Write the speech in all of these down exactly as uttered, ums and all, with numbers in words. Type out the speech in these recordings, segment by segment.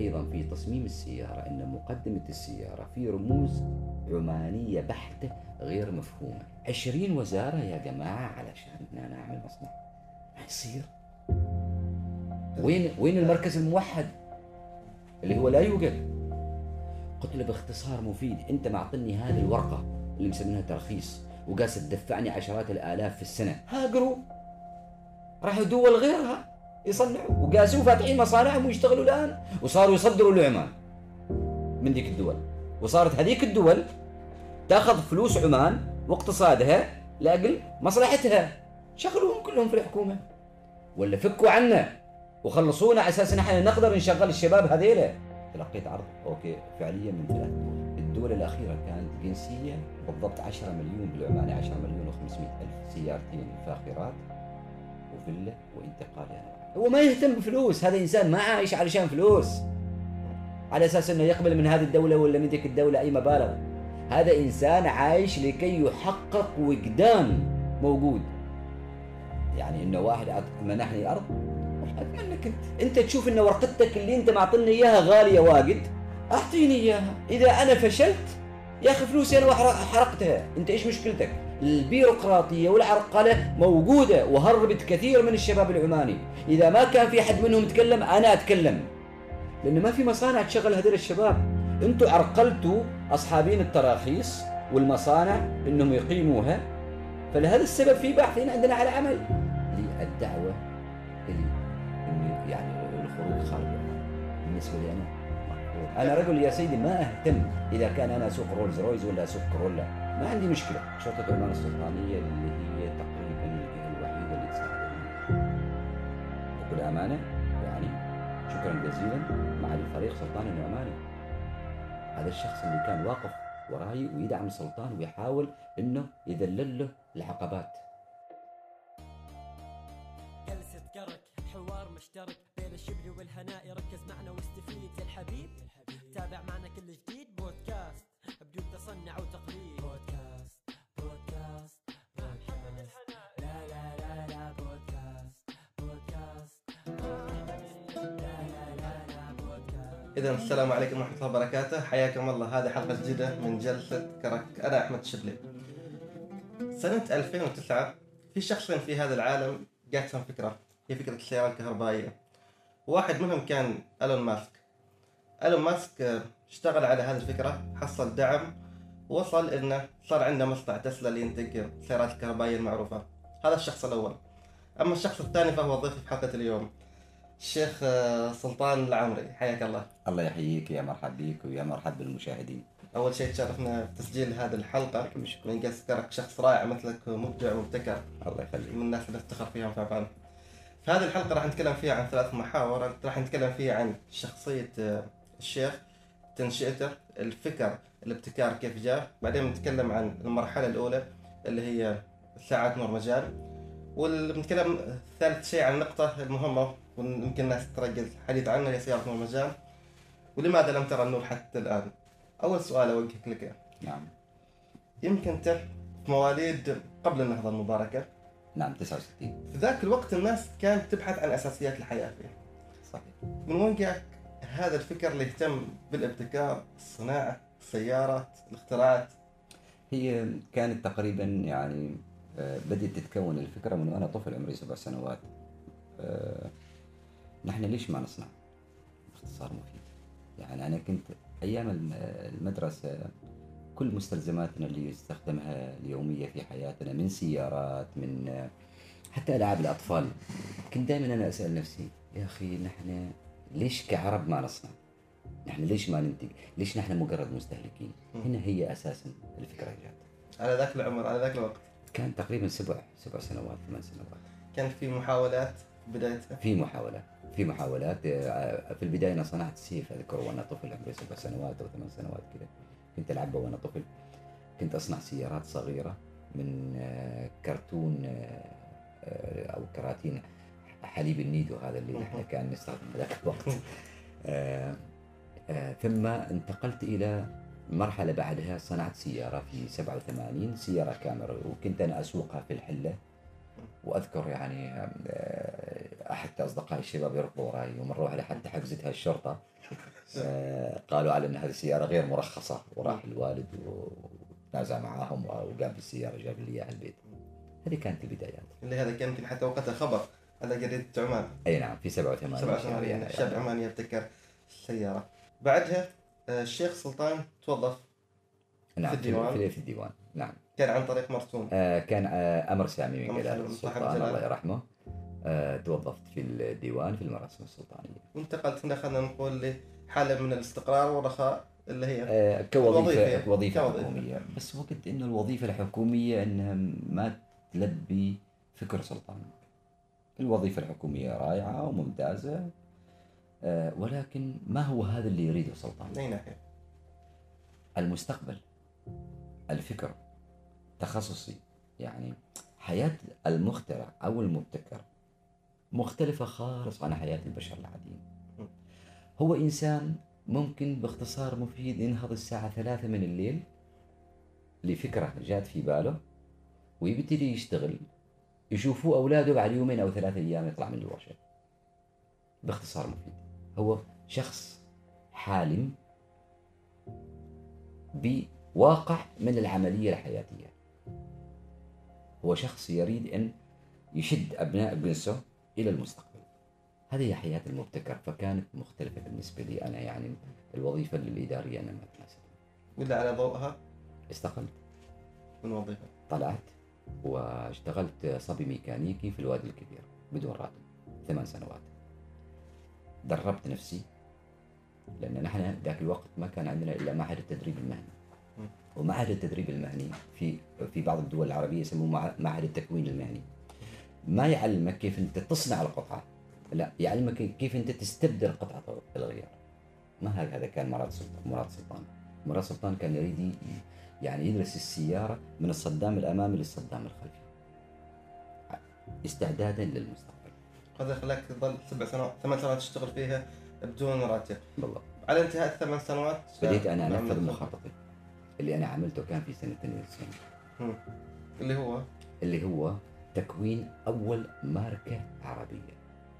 أيضا في تصميم السيارة أن مقدمة السيارة في رموز عمانية بحتة غير مفهومة. عشرين وزارة يا جماعة علشان نعمل مصنع، ما يصير. وين وين المركز الموحد اللي هو لا يوجد؟ قلت له باختصار مفيد، انت معطني هذه الورقة اللي مسمينها ترخيص وقاس تدفعني عشرات الالاف في السنة، هاجروا راحوا دول غيرها يصنعوا وقاسوا فاتحين مصانعهم ويشتغلوا الان وصاروا يصدروا لعمان من ذيك الدول، وصارت هذيك الدول تاخذ فلوس عمان واقتصادها لاجل مصلحتها. شغلوهم كلهم في الحكومة ولا فكوا عنا وخلصونا على اساس نحن نقدر نشغل الشباب هذيله. تلقيت عرض اوكي فعليا من ثلاث دول. الدولة الأخيرة كانت جنسية بالضبط عشرة مليون بالعماني، عشرة مليون وخمسمائة ألف، سيارتين فاخرات وفيلا وانتقال. يعني هو ما يهتم بفلوس، هذا إنسان ما عايش علشان فلوس على أساس أنه يقبل من هذه الدولة ولا من ذيك الدولة أي مبالغ. هذا إنسان عايش لكي يحقق وجدان موجود، يعني إنه واحد منحني أرض منك انت انت تشوف ان ورقتك اللي انت معطيني اياها غاليه واجد، اعطيني اياها. اذا انا فشلت يا اخي فلوسي انا حرقتها، انت ايش مشكلتك؟ البيروقراطيه والعرقله موجوده وهربت كثير من الشباب العماني. اذا ما كان في حد منهم يتكلم انا اتكلم، لان ما في مصانع تشغل هذول الشباب. انتوا عرقلتوا اصحابين التراخيص والمصانع انهم يقيموها، فلهذا السبب في باحثين عندنا على عمل. الدعوه اللي يعني الخروج خارج بالنسبه لي انا انا رجل يا سيدي ما اهتم اذا كان انا اسوق رولز رويز ولا اسوق كورولا، ما عندي مشكله. شرطه عمان السلطانيه اللي هي تقريبا الجهه الوحيده اللي تساعدني بكل امانه، يعني شكرا جزيلا مع الفريق سلطان النعماني، هذا الشخص اللي كان واقف وراي ويدعم سلطان ويحاول انه يذلل له العقبات. جلسة كرك حوار مشترك بين الشبل والهناء، ركز معنا واستفيد يا الحبيب. تابع معنا كل جديد بودكاست بدون تصنع وتقليد. بودكاست بودكاست بودكاست لا لا لا لا بودكاست بودكاست لا لا لا لا بودكاست. إذن السلام عليكم ورحمة الله وبركاته، حياكم الله. هذه حلقة جديدة من جلسة كرك. أنا أحمد الشبلي. سنة ألفين وتسعة في شخصين في هذا العالم جاتهم فكرة، هي فكرة السيارة الكهربائية. واحد منهم كان ألون ماسك. ألون ماسك اشتغل على هذه الفكرة، حصل دعم، ووصل إنه صار عنده مصنع تسلا اللي ينتج السيارات الكهربائية المعروفة. هذا الشخص الأول. أما الشخص الثاني فهو ضيفي في حلقة اليوم، الشيخ سلطان العمري. حياك الله. الله يحييك، يا مرحب بك ويا مرحب بالمشاهدين. أول شيء تشرفنا بتسجيل هذه الحلقة، من قصدك شخص رائع مثلك مبدع ومبتكر. الله يخليك. من الناس اللي نفتخر فيهم طبعا. في هذه الحلقة راح نتكلم فيها عن ثلاث محاور. راح نتكلم فيها عن شخصية الشيخ، تنشئته، الفكر، الابتكار كيف جاء، بعدين نتكلم عن المرحلة الأولى اللي هي ساعات نور مجال، ونتكلم ثالث شيء عن النقطة المهمة ويمكن الناس تركز الحديث عنها، هي سيارة نور مجال ولماذا لم ترى النور حتى الآن. أول سؤال أوجهك لك. نعم. يمكن أنت مواليد قبل النهضة المباركة. نعم تسعة وستين. في ذاك الوقت الناس كانت تبحث عن أساسيات الحياة فيه. صحيح. من وين جاء هذا الفكر اللي يهتم بالابتكار، الصناعة، السيارات، الاختراعات؟ هي كانت تقريبا يعني بدأت تتكون الفكرة من وأنا طفل عمري سبع سنوات. أه نحن ليش ما نصنع؟ باختصار مفيد. يعني أنا كنت أيام المدرسة كل مستلزماتنا اللي نستخدمها اليومية في حياتنا، من سيارات، من حتى ألعاب الأطفال، كنت دائما أنا أسأل نفسي يا أخي نحن ليش كعرب ما نصنع؟ نحن ليش ما ننتج؟ ليش نحن مجرد مستهلكين؟ هنا هي أساسا الفكرة جات. على ذاك العمر، على ذاك الوقت كان تقريبا سبع سبع سنوات ثمان سنوات. كان في محاولات بدايتها؟ في محاولات في محاولات في البداية أنا صنعت سيف أذكر وأنا طفل عمري سبع سنوات أو ثمان سنوات كذا، كنت ألعبه وأنا طفل. كنت أصنع سيارات صغيرة من كرتون أو كراتين حليب النيدو، هذا اللي نحن كان نستخدمه ذاك الوقت. آه آه ثم انتقلت إلى مرحلة بعدها، صنعت سيارة في سبعة وثمانين، سيارة كاميرا، وكنت أنا أسوقها في الحلة. وأذكر يعني أحد أصدقائي الشباب يركضوا وراي، ومرة واحدة حتى حجزتها الشرطة آه، قالوا على أن هذه السيارة غير مرخصة، وراح الوالد ونازع معاهم وقام بالسيارة جاب لي إياها البيت. هذه كانت البدايات. اللي هذا كان يمكن حتى وقتها خبر على جريدة عمان. أي نعم، في سبعة وثمانين سبعة وثمانين شاب عماني يبتكر السيارة. بعدها آه، الشيخ سلطان توظف نعم في الديوان. في, في الديوان نعم. كان عن طريق مرسوم. آه كان آه أمر سامي من أمر جلالة سامي، صاحب السلطان جلالة. الله يرحمه. آه توظفت في الديوان في المراسم السلطانية، وانتقلت هنا خلينا نقول لحالة من الاستقرار والرخاء اللي هي آه كوظيفة الوظيفة. وظيفة كوظيفة. حكومية. بس وقت إنه الوظيفة الحكومية إنها ما تلبي فكر سلطان. الوظيفة الحكومية رائعة وممتازة، آه ولكن ما هو هذا اللي يريده سلطان؟ من أي ناحية؟ المستقبل، الفكر، تخصصي. يعني حياة المخترع أو المبتكر مختلفة خالص عن حياة البشر العاديين. هو إنسان ممكن باختصار مفيد ينهض الساعة ثلاثة من الليل لفكرة جات في باله ويبتدي يشتغل، يشوفوه أولاده بعد يومين أو ثلاثة أيام يطلع من الورشة. باختصار مفيد، هو شخص حالم بواقع من العملية الحياتية. هو شخص يريد أن يشد أبناء جنسه إلى المستقبل. هذه هي حياة المبتكر. فكانت مختلفة بالنسبة لي أنا، يعني الوظيفة الإدارية أنا ما تناسبني. ولا على ضوءها استقلت، من وظيفة. طلعت واشتغلت صبي ميكانيكي في الوادي الكبير بدون راتب ثمان سنوات. دربت نفسي، لأن نحن ذاك الوقت ما كان عندنا إلا معهد التدريب المهني. ومعهد التدريب المهني في في بعض الدول العربية يسموه معهد التكوين المهني. ما يعلمك كيف أنت تصنع القطعة، لا، يعلمك كيف أنت تستبدل قطعة الغيار. ما هذا هذا كان مراد سلطان. مراد سلطان مراد سلطان كان يريد يعني يدرس السيارة من الصدام الأمامي للصدام الخلفي استعدادا للمستقبل. هذا خلاك تظل سبع سنوات ثمان سنوات تشتغل فيها بدون راتب. بالضبط. على انتهاء الثمان سنوات بديت أنا أنفذ مخططي اللي أنا عملته. كان في سنة اثنين وتسعين اللي هو اللي هو تكوين أول ماركة عربية،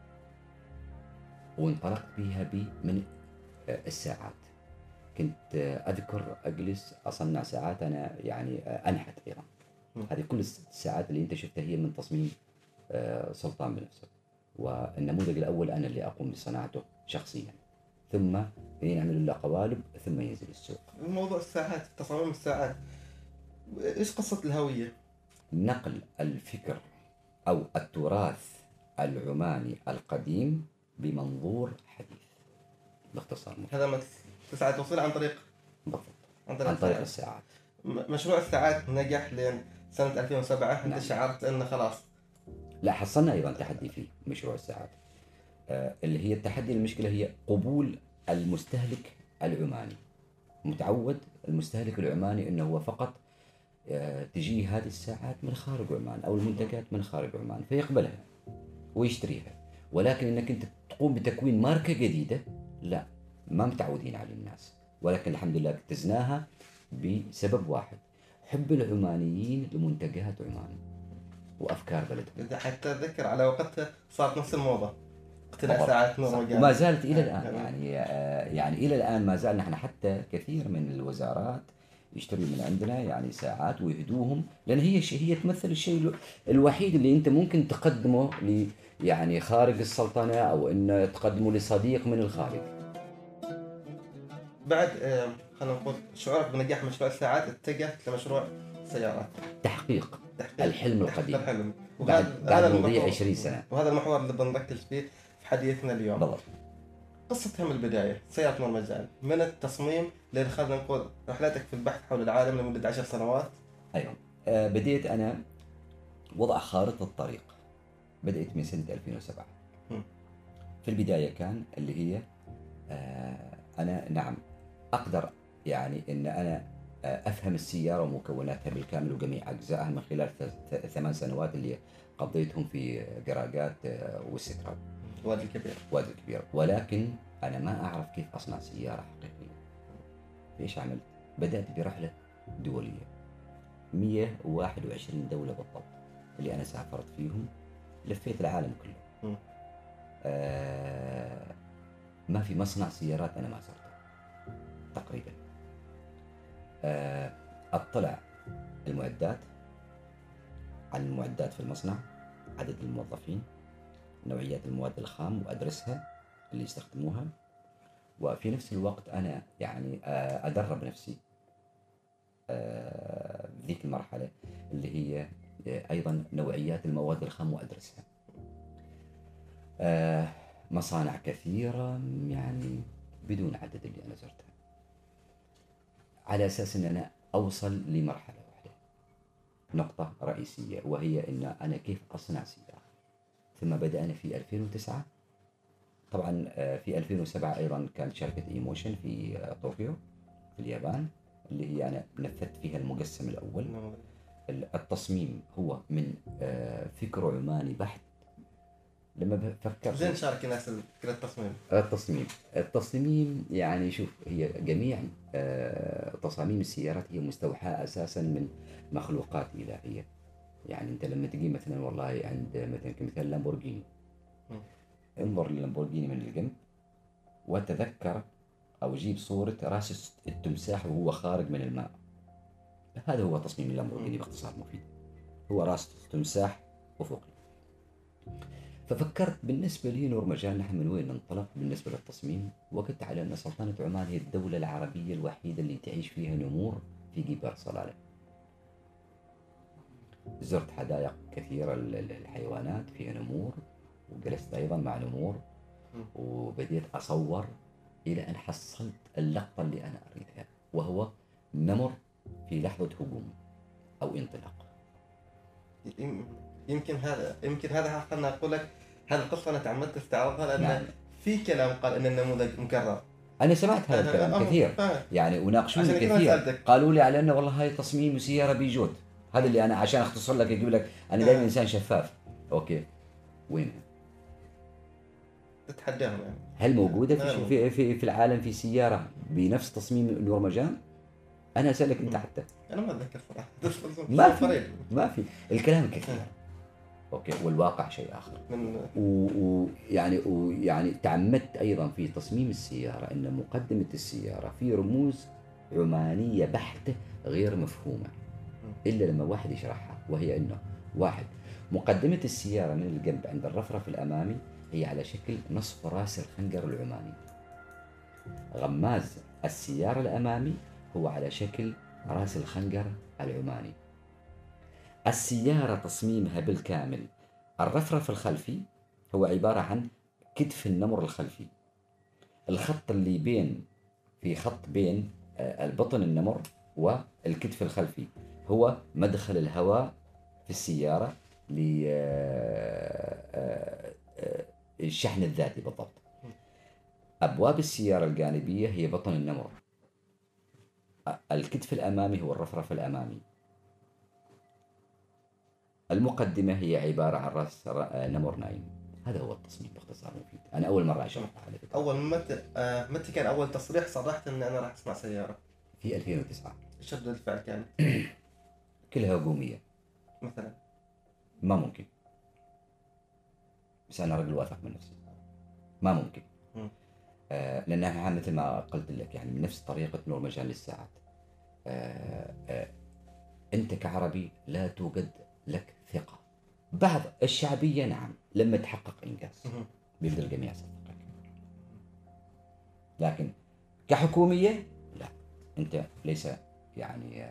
وانطلقت بها بي من الساعات. كنت أذكر أجلس أصنع ساعات أنا، يعني أنحت أيضا. هذه كل الساعات اللي أنت شفتها هي من تصميم سلطان بنفسه، والنموذج الأول أنا اللي أقوم بصناعته شخصيا، ثم ينعمل له قوالب ثم ينزل السوق. موضوع الساعات، تصاميم الساعات، إيش قصة الهوية؟ نقل الفكر أو التراث العماني القديم بمنظور حديث باختصار. هذا ما تسعى توصيل عن طريق بالضبط عن طريق, عن طريق الساعات. مشروع الساعات نجح لين سنة ألفين وسبعة. أنت نعم. شعرت أنه خلاص. لا، حصلنا أيضا تحدي فيه مشروع الساعات، آه اللي هي التحدي. المشكلة هي قبول المستهلك العماني. متعود المستهلك العماني أنه هو فقط آه تجي هذه الساعات من خارج عمان أو المنتجات من خارج عمان فيقبلها ويشتريها، ولكن أنك أنت تقوم بتكوين ماركة جديدة لا، ما متعودين على الناس. ولكن الحمد لله اجتزناها بسبب واحد: حب العمانيين لمنتجات عمان وأفكار بلدهم. إذا حتى أتذكر على وقتها صارت نفس الموضة، اقتناء ساعات نور وجال، وما زالت إلى الآن. يعني يعني إلى الآن ما زال نحن حتى كثير من الوزارات يشتروا من عندنا يعني ساعات ويهدوهم، لأن هي هي تمثل الشيء الوحيد اللي أنت ممكن تقدمه ل يعني خارج السلطنة أو إن تقدمه لصديق من الخارج. بعد آه خلينا نقول شعورك بنجاح مشروع الساعات اتجهت لمشروع السيارات. تحقيق, تحقيق الحلم تحقيق القديم. الحلم. بعد بعد مضي عشرين سنة. وهذا المحور اللي بنركز فيه في حديثنا اليوم. بالضبط. قصتها من البداية، سيارة نور مجال، من التصميم لين خلينا نقول رحلتك في البحث حول العالم لمدة عشر سنوات. أيوة. آه بديت أنا وضع خارطة الطريق، بدأت من سنة ألفين وسبعة. م. في البداية كان اللي هي آه أنا نعم أقدر يعني إن أنا آه أفهم السيارة ومكوناتها بالكامل وجميع أجزائها من خلال ثمان سنوات اللي قضيتهم في قراقات آه واستكراد وادي الكبير. وادي الكبير. ولكن أنا ما أعرف كيف أصنع سيارة حقيقية. إيش عملت؟ بدأت برحلة دولية، مئة وواحد وعشرين دولة بالضبط اللي أنا سافرت فيهم، لفيت العالم كله. م. آه ما في مصنع سيارات أنا ما زرته تقريبا. آه، أطلع المعدات، عن المعدات في المصنع، عدد الموظفين، نوعيات المواد الخام وأدرسها اللي يستخدموها. وفي نفس الوقت أنا يعني آه، أدرب نفسي آه، ذيك المرحلة اللي هي آه، أيضا نوعيات المواد الخام وأدرسها. آه، مصانع كثيرة يعني بدون عدد اللي أنا زرتها، على أساس أن أنا أوصل لمرحلة واحدة، نقطة رئيسية، وهي أن أنا كيف أصنع سيارة. ثم بدأنا في ألفين وتسعة، طبعا آه، في ألفين وسبعة أيضا كانت شركة إيموشن في آه، طوكيو في اليابان، اللي هي أنا نفذت فيها المقسم الأول. التصميم هو من آه، فكر عماني بحت. لما فكرت زين شارك ناس فكرة التصميم. التصميم التصميم يعني شوف، هي جميع آه، تصاميم السيارات هي مستوحاة أساسا من مخلوقات إلهية. يعني أنت لما تجي مثلا والله عند مثلا كمثال لامبورجيني، انظر للامبورجيني من الجنب وتذكر أو جيب صورة رأس التمساح وهو خارج من الماء. هذا هو تصميم اللامبورجيني باختصار مفيد، هو رأس تمساح أفقي. ففكرت بالنسبة لي نور مجال نحن من وين ننطلق بالنسبة للتصميم، وقلت على أن سلطنة عمان هي الدولة العربية الوحيدة اللي تعيش فيها نمور في جبال صلالة. زرت حدائق كثيرة الحيوانات فيها نمور، وجلست أيضا مع نمور، وبديت أصور إلى أن حصلت اللقطة اللي أنا أريدها، وهو نمر في لحظة هجوم أو انطلاق. يمكن هذا يمكن هذا خلنا أقول لك هذه القصة أنا تعمدت استعراضها لأن نعم. في كلام قال إن النموذج مكرر. أنا سمعت هذا الكلام كثير يعني، وناقشوني كثير، قالوا لي على أنه والله هاي تصميم سيارة بيجوت. هذا اللي أنا عشان أختصر لك أجيب لك، أنا دائما إنسان شفاف. أوكي، وين تتحداهم يعني؟ هل موجودة في في في, في العالم في سيارة بنفس تصميم نور مجان؟ أنا أسألك أنت حتى. أنا ما أتذكر صراحة. ما في ما في الكلام كثير. أوكي، والواقع شيء آخر. ويعني ويعني تعمدت أيضا في تصميم السيارة أن مقدمة السيارة في رموز عمانية بحتة غير مفهومة إلا لما واحد يشرحها، وهي أنه واحد، مقدمة السيارة من الجنب عند الرفرف الأمامي هي على شكل نصف راس الخنجر العماني. غماز السيارة الأمامي هو على شكل راس الخنجر العماني. السيارة تصميمها بالكامل، الرفرف الخلفي هو عبارة عن كتف النمر الخلفي. الخط اللي بين في خط بين البطن النمر والكتف الخلفي هو مدخل الهواء في السيارة للشحن الذاتي بالضبط. أبواب السيارة الجانبية هي بطن النمر. الكتف الأمامي هو الرفرف الأمامي. المقدمة هي عبارة عن رأس نمر نايم. هذا هو التصميم باختصار مفيد. أنا أول مرة أشرحها على فكرة. أول متى آه متى كان أول تصريح صرحت إن أنا راح أصنع سيارة؟ في ألفين وتسعة. إيش ردة الفعل كانت؟ كلها هجومية. مثلا؟ ما ممكن. بس أنا رجل واثق من نفسي. ما ممكن. آه لأنها مثل ما قلت لك يعني من نفس طريقة نور مجان للساعات. آه آه أنت كعربي لا توجد لك ثقة. بعض الشعبية نعم لما تحقق إنجاز بيبدأ الجميع يصدقك، لكن كحكومية لا، أنت ليس يعني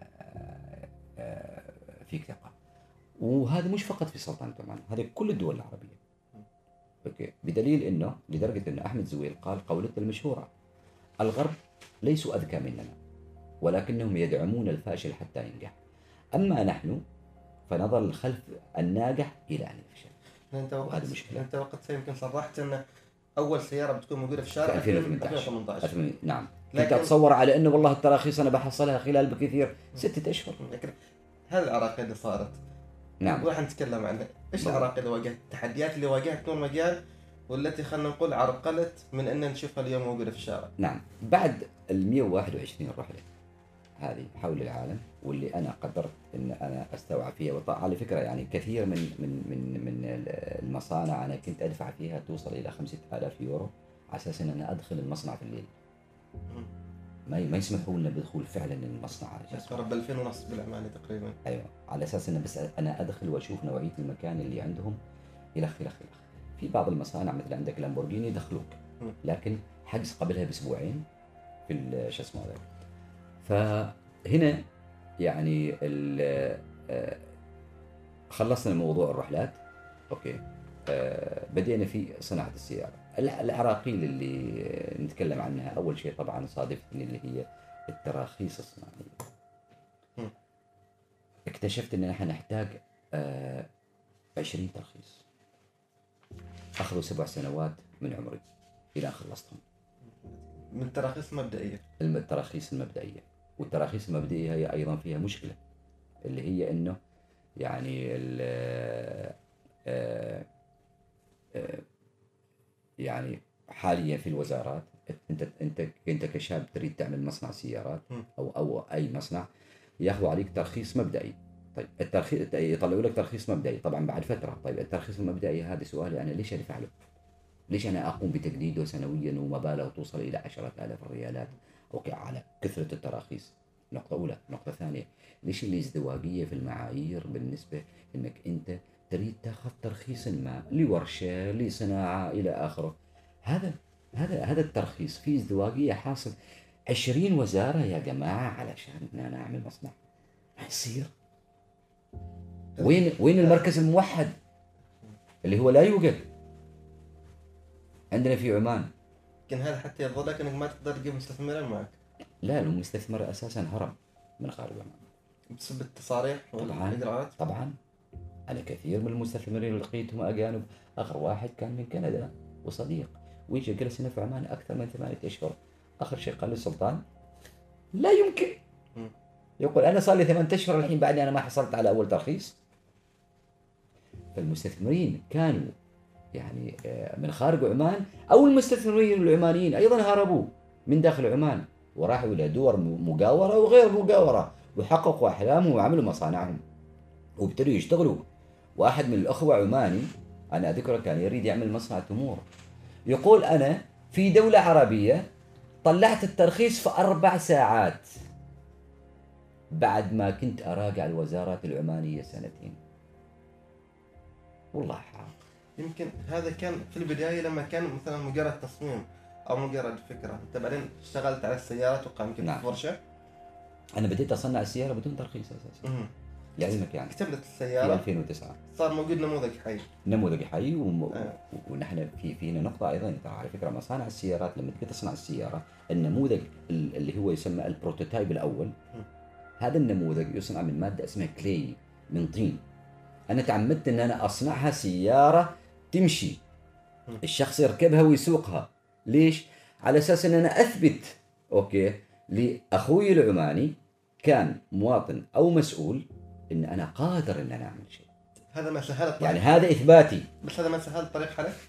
فيك ثقة. وهذا مش فقط في سلطنة عمان، هذا كل الدول العربية. أوكي، بدليل إنه لدرجة إنه أحمد زويل قال قولته المشهورة: الغرب ليسوا أذكى مننا ولكنهم يدعمون الفاشل حتى ينجح، أما نحن فنظل خلف الناجح إلى أن يفشل. أنت وقت أنت وقت يمكن صرحت أن أول سيارة بتكون موجودة في الشارع في ألفين وثمانية عشر. نعم. لكن... كنت أتصور على أنه والله التراخيص أنا بحصلها خلال بكثير ستة أشهر. لكن هذه العراقيل اللي صارت. نعم. وراح نتكلم عنها. إيش العراقيل اللي واجهت؟ التحديات اللي واجهت نور مجال والتي خلنا نقول عرقلت من أن نشوفها اليوم موجودة في الشارع. نعم. بعد المئة وواحد وعشرين رحلة هذه حول العالم، واللي أنا قدرت أن أنا أستوعب فيها. وعلى فكرة يعني كثير من من من من المصانع أنا كنت أدفع فيها توصل إلى خمسة آلاف يورو على اساس ان انا ادخل المصنع في الليل. مم. ما ما يسمحوا لنا بدخول فعلا المصنع على اساس ب ألفين ونص بالعماني تقريبا. ايوه، على اساس انه بس انا ادخل واشوف نوعيه المكان اللي عندهم الخ الخ الخ. في بعض المصانع مثل عندك لامبورجيني يدخلوك، مم. لكن حجز قبلها باسبوعين في ال- شو اسمه هذا. فهنا يعني ال- آه، خلصنا موضوع الرحلات. اوكي، آه، بدينا في صناعه السياره. الع- العراقيل اللي آه، نتكلم عنها اول شيء طبعا صادفتني اللي هي التراخيص الصناعيه. مم. اكتشفت ان نحن نحتاج آه، عشرين ترخيص، اخذوا سبع سنوات من عمري الى ان خلصتهم. من التراخيص المبدئيه. الم- التراخيص المبدئيه، والتراخيص المبدئيه هي ايضا فيها مشكله، اللي هي انه يعني ال آه، آه، يعني حاليا في الوزارات انت انت انت كشاب تريد تعمل مصنع سيارات مم. او او اي مصنع، ياخذوا عليك ترخيص مبدئي. طيب الترخيص يطلعوا لك ترخيص مبدئي طبعا بعد فتره. طيب الترخيص المبدئي هذا سؤالي انا، ليش ادفع له؟ ليش انا اقوم بتجديده سنويا ومبالغ توصل الى عشرات الاف الريالات اوكي على كثره التراخيص؟ نقطه اولى. نقطه ثانيه، ليش الازدواجيه في المعايير بالنسبه انك انت تريد تاخذ ترخيص ما لورشه لصناعه الى اخره؟ هذا هذا هذا الترخيص فيه ازدواجيه حاصل. عشرين وزاره يا جماعه علشان ان انا اعمل مصنع، ما يصير. وين وين المركز الموحد اللي هو لا يوجد عندنا في عمان؟ لكن هذا حتى يظلك انك ما تقدر تجيب مستثمرين معك لا، المستثمر اساسا هرب من خارج عمان بسبب التصاريح طبعا. والاجراءات. طبعا انا كثير من المستثمرين اللي لقيتهم اجانب، اخر واحد كان من كندا وصديق، ويجي جلس هنا في عمان اكثر من ثمانية اشهر. اخر شيء قال لي السلطان لا يمكن، مم. يقول انا صار لي ثمانية اشهر الحين بعدني انا ما حصلت على اول ترخيص. فالمستثمرين كانوا يعني آه، من خارج عمان، او المستثمرين العمانيين ايضا هربوا من داخل عمان وراحوا الى دول مجاوره وغير مجاوره، وحققوا احلامهم وعملوا مصانعهم وابتدوا يشتغلوا. واحد من الاخوه عماني انا اذكره كان يريد يعمل مصنع تمور، يقول انا في دوله عربيه طلعت الترخيص في اربع ساعات بعد ما كنت اراجع الوزارات العمانيه سنتين. والله حق. يمكن هذا كان في البدايه لما كان مثلا مجرد تصميم او مجرد فكره، انت بعدين اشتغلت على السيارات وقام يمكن نعم. في ورشه. انا بديت اصنع السياره بدون ترخيص اساسا، مم. لعلمك يعني اكتملت في السياره ألفين وتسعة صار موجود نموذج حي. نموذج حي وم... آه. ونحن في فينا نقطه ايضا ترى على فكره مصانع السيارات لما تجي تصنع السياره النموذج ال- اللي هو يسمى البروتوتايب الاول، م. هذا النموذج يصنع من ماده اسمها كلي، من طين. انا تعمدت ان انا اصنعها سياره تمشي، م. الشخص يركبها ويسوقها. ليش؟ على اساس ان انا اثبت اوكي لاخوي العماني كان مواطن او مسؤول ان انا قادر ان انا اعمل شيء. هذا ما سهل الطريق. يعني هذا اثباتي بس هذا ما سهل الطريق عليك.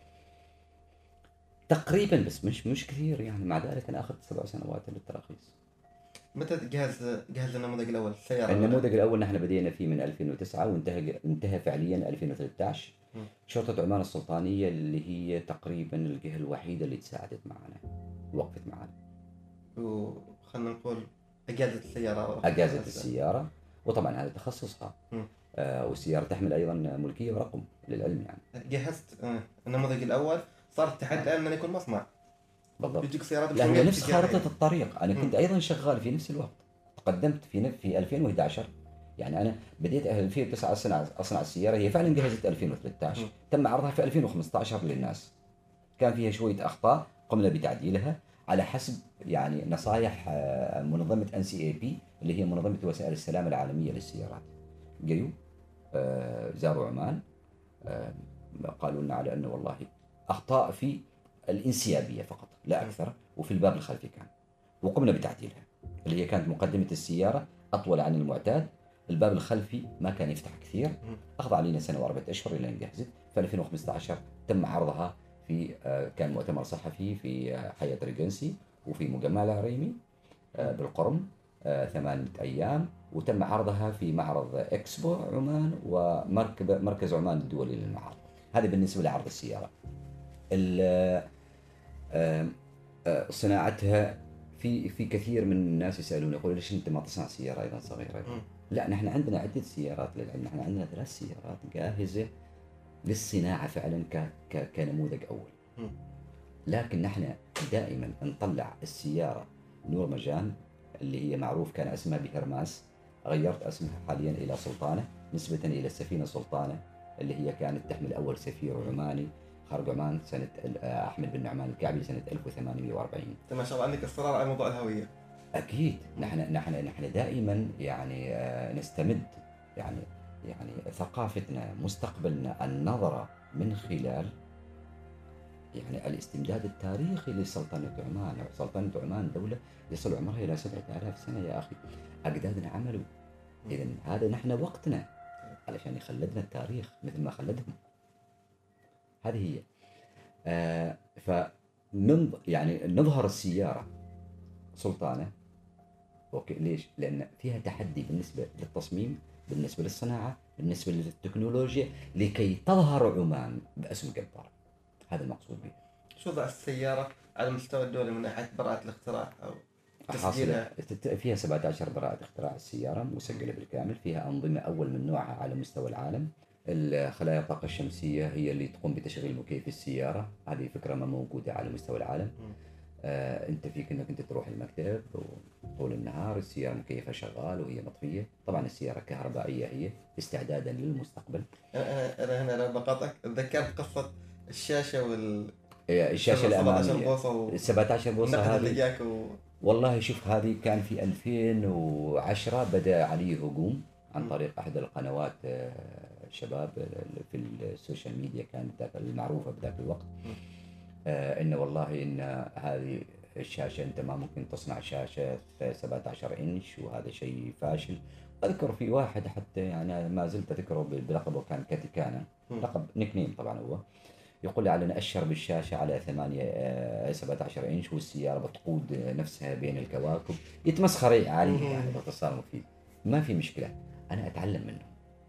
تقريبا، بس مش مش كثير يعني. مع ذلك انا اخذت سبع سنوات للتراخيص. متى جهز جهز النموذج الاول السياره؟ النموذج الاول نحن بدينا فيه من ألفين وتسعة وانتهى انتهى فعليا ألفين وثلاثة عشر. م. شرطه عمان السلطانيه اللي هي تقريبا الجهه الوحيده اللي تساعدت معنا، وقفت معنا، وخلنا نقول اجازت السياره. اجازت السياره، وطبعا هذا تخصصها. م. آه والسياره تحمل ايضا ملكيه ورقم للعلم يعني. جهزت آه، النموذج الاول، صار التحدي الان انه يكون مصنع. بالضبط. بيجيك سيارات لا هو بكمية نفس اتجاهية. خارطة الطريق. أنا كنت م. أيضا شغال في نفس الوقت. تقدمت في نف- في ألفين وأحد عشر، يعني أنا بديت ألفين وتسعة أصنع أصنع السيارة، هي فعلا جهزت ألفين وثلاثة عشر. م. تم عرضها في ألفين وخمسة عشر للناس. كان فيها شوية أخطاء قمنا بتعديلها على حسب يعني نصائح آه، منظمة إن سي إيه بي اللي هي منظمة وسائل السلامة العالمية للسيارات. جيوا آه، زاروا عمان، آه، قالوا لنا على أنه والله أخطاء في الانسيابيه فقط لا اكثر، وفي الباب الخلفي كان، وقمنا بتعديلها اللي هي كانت مقدمه السياره اطول عن المعتاد، الباب الخلفي ما كان يفتح كثير، اخذ علينا سنه واربعه اشهر الى ان جهزت. في ألفين وخمسة عشر تم عرضها في آه، كان مؤتمر صحفي في آه، حياه ريجنسي وفي مجمع العريمي آه، بالقرم آه، ثمانيه ايام، وتم عرضها في معرض اكسبو عمان ومركز مركز عمان الدولي للمعارض. هذا بالنسبه لعرض السياره. آه، آه، صناعتها في في كثير من الناس يسالون يقولون ليش انت ما تصنع سياره ايضا صغيره؟ مم. لا، نحن عندنا عده سيارات للعلم، نحن عندنا ثلاث سيارات جاهزه للصناعه فعلا ك ك كنموذج اول. مم. لكن نحن دائما نطلع السياره نور مجان اللي هي معروف كان اسمها بهرماس، غيرت اسمها حاليا الى سلطانه نسبه الى السفينه سلطانه اللي هي كانت تحمل اول سفير عماني خرج عمان سنه آه، احمد بن نعمان الكعبي سنه ألف وثمانمئة وأربعين. انت ما شاء الله عندك اصرار على موضوع الهويه. اكيد نحن نحن نحن دائما يعني آه، نستمد يعني يعني ثقافتنا مستقبلنا النظره من خلال يعني الاستمداد التاريخي لسلطنة عمان. سلطنة عمان دولة يصل عمرها إلى سبعة آلاف سنة يا أخي، أجدادنا عملوا. إذا هذا نحن وقتنا علشان يخلدنا التاريخ مثل ما خلدهم. هذه هي. آه فننظ يعني نظهر السيارة سلطانة. أوكي، ليش؟ لأن فيها تحدي بالنسبة للتصميم، بالنسبة للصناعة، بالنسبة للتكنولوجيا، لكي تظهر عمان باسم جبار. هذا المقصود به. شو وضع السياره على المستوى الدولي من ناحيه براءه الاختراع او حاصلة فيها سبعة عشر براءة اختراع السيارة مسجلة بالكامل، فيها أنظمة أول من نوعها على مستوى العالم. الخلايا الطاقة الشمسية هي اللي تقوم بتشغيل مكيف السيارة، هذه فكرة ما موجودة على مستوى العالم. آه أنت فيك أنك أنت تروح المكتب وطول النهار السيارة مكيفة شغال وهي مطفية. طبعا السيارة كهربائية هي استعدادا للمستقبل. أنا أنا هنا لو بقاطعك تذكرت قصة الشاشة وال الشاشة الأمامية و... سبعة عشر بوصة هذه و... والله شوف، هذه كان في ألفين وعشرة بدأ عليه هجوم عن طريق أحد القنوات شباب في السوشيال ميديا كانت المعروفة بذاك الوقت، آه إنه والله إن هذه الشاشة أنت ما ممكن تصنع شاشة سبعة عشر إنش وهذا شيء فاشل. أذكر في واحد حتى يعني ما زلت أذكره بلقبه كان كاتيكانا، لقب نيك طبعا هو، يقول لي على نأشر بالشاشة على ثمانية سبعة عشر إنش والسيارة بتقود نفسها بين الكواكب، يتمسخر عليه يعني باختصار مفيد. ما في مشكلة، أنا أتعلم منه.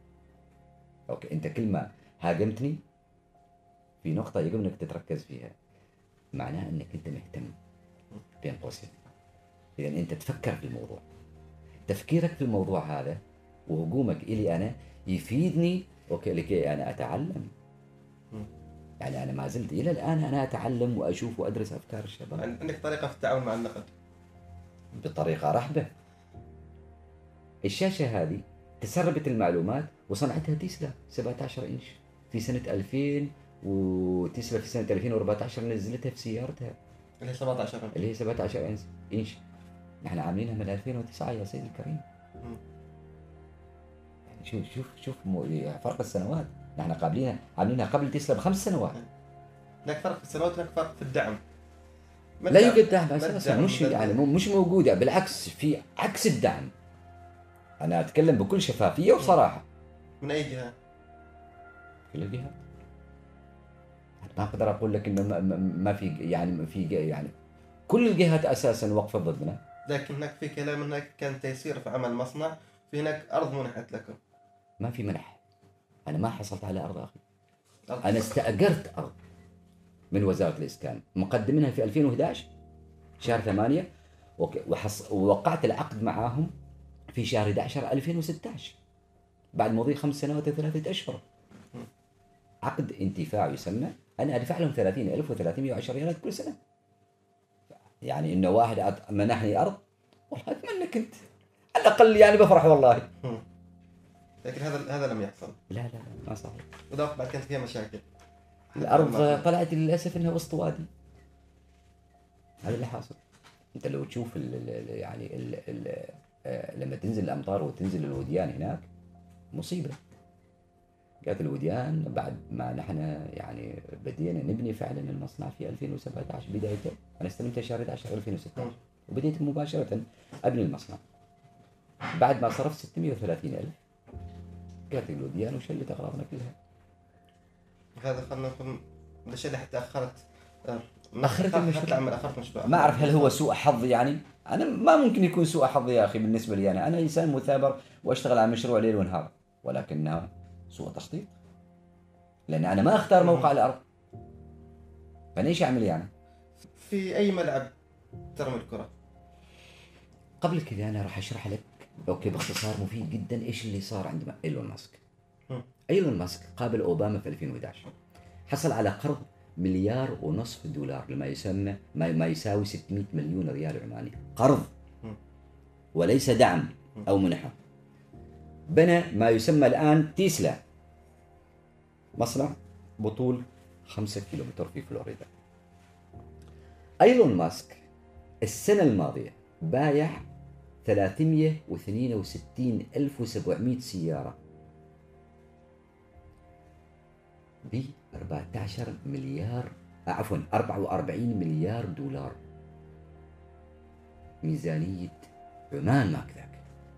أوكي، أنت كل ما هاجمتني في نقطة يجب أنك تتركز فيها، معناه أنك أنت مهتم بين قوسين. إذا أنت تفكر في الموضوع، تفكيرك في الموضوع هذا وهجومك إلي أنا يفيدني أوكي لكي أنا أتعلم. يعني أنا ما زلت إلى الآن أنا أتعلم وأشوف وأدرس أفكار الشباب. عندك طريقة في التعامل مع النقد؟ بطريقة رحبة. الشاشة هذه تسربت المعلومات وصنعتها تسلا سبعة عشر إنش في سنة ألفين، وتسلا في سنة ألفين وأربعة عشر نزلتها في سيارتها اللي هي سبعة عشر اللي هي سبعة عشر إنش. نحن عاملينها من ألفين وتسعة يا سيدي الكريم. يعني شوف شوف شوف فرق السنوات، نحن قابلينها عاملينها قبل تسلا بخمس سنوات. هناك فرق في السنوات، هناك فرق في الدعم. لا يوجد دعم اساسا، مش يعني مش موجوده، بالعكس في عكس الدعم. انا اتكلم بكل شفافيه وصراحه. من اي جهه؟ كل الجهات. ما اقدر اقول لك انه ما في يعني في يعني كل الجهات اساسا واقفه ضدنا. لكن هناك في كلام هناك كان تيسير في عمل مصنع، في هناك ارض منحت لكم. ما في منح، انا ما حصلت على ارض اخي. انا استاجرت ارض من وزارة الإسكان، مقدمينها في ألفين وأحد عشر شهر ثمانية، وحص... ووقعت العقد معاهم في شهر أحد عشر ألفين وستة عشر بعد مضي خمس سنوات وثلاثة أشهر. عقد انتفاع يسمى، أنا أدفع لهم ثلاثين ألف وثلاثمئة وعشرة ريالات كل سنة. يعني إنه واحد منحني أرض، والله أتمنى كنت على الأقل يعني بفرح والله. لكن هذا هذا لم يحصل. لا لا ما صار. وده بعد كانت فيها مشاكل. الأرض طلعت للأسف إنها وسط وادي. هذا اللي حاصل. أنت لو تشوف ال ال يعني ال ال لما تنزل الأمطار وتنزل الوديان هناك مصيبة. جات الوديان بعد ما نحن يعني بدينا نبني فعلا المصنع في ألفين وسبعة عشر بدايته. أنا استلمتها شهر أحد عشر ألفين وستة عشر وبديت مباشرة أبني المصنع. بعد ما صرفت ستمئة وثلاثين ألف جات الوديان وشلت أغراضنا كلها. هذا خلنا نقول الشيء اللي حتى أخرت أخرت المشروع. أخرت مشروع. ما أعرف هل هو سوء حظ يعني. أنا ما ممكن يكون سوء حظ يا أخي بالنسبة لي. أنا أنا إنسان مثابر وأشتغل على مشروع ليل ونهار، ولكنها سوء تخطيط، لأن أنا ما أختار موقع الأرض. فأنا إيش أعمل يعني؟ في اي ملعب ترمي الكره؟ قبل كذا انا راح اشرح لك اوكي باختصار مفيد جدا ايش اللي صار عند ايلون ماسك. مم. ايلون ماسك قابل اوباما في ألفين وإحدى عشر، حصل على قرض مليار ونصف دولار لما يسمى ما ما يساوي ستمائة مليون ريال عماني، قرض مم. وليس دعم او منحه. بنى ما يسمى الان تيسلا، مصنع بطول خمسة كيلومتر في فلوريدا. ايلون ماسك السنه الماضيه بايع ثلاثمائة واثنين وستين ألف وسبعمائة سيارة ب أربعة عشر مليار عفوا أربعة وأربعين مليار دولار ميزانية عمان ما كذاك.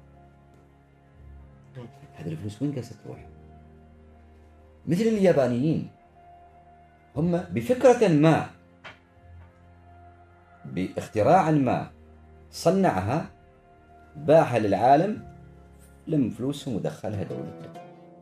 هذا الفلوس وين قاعدة تروح؟ مثل اليابانيين، هم بفكرة ما باختراع ما صنعها باعها للعالم، لم فلوسهم ودخلها دولته.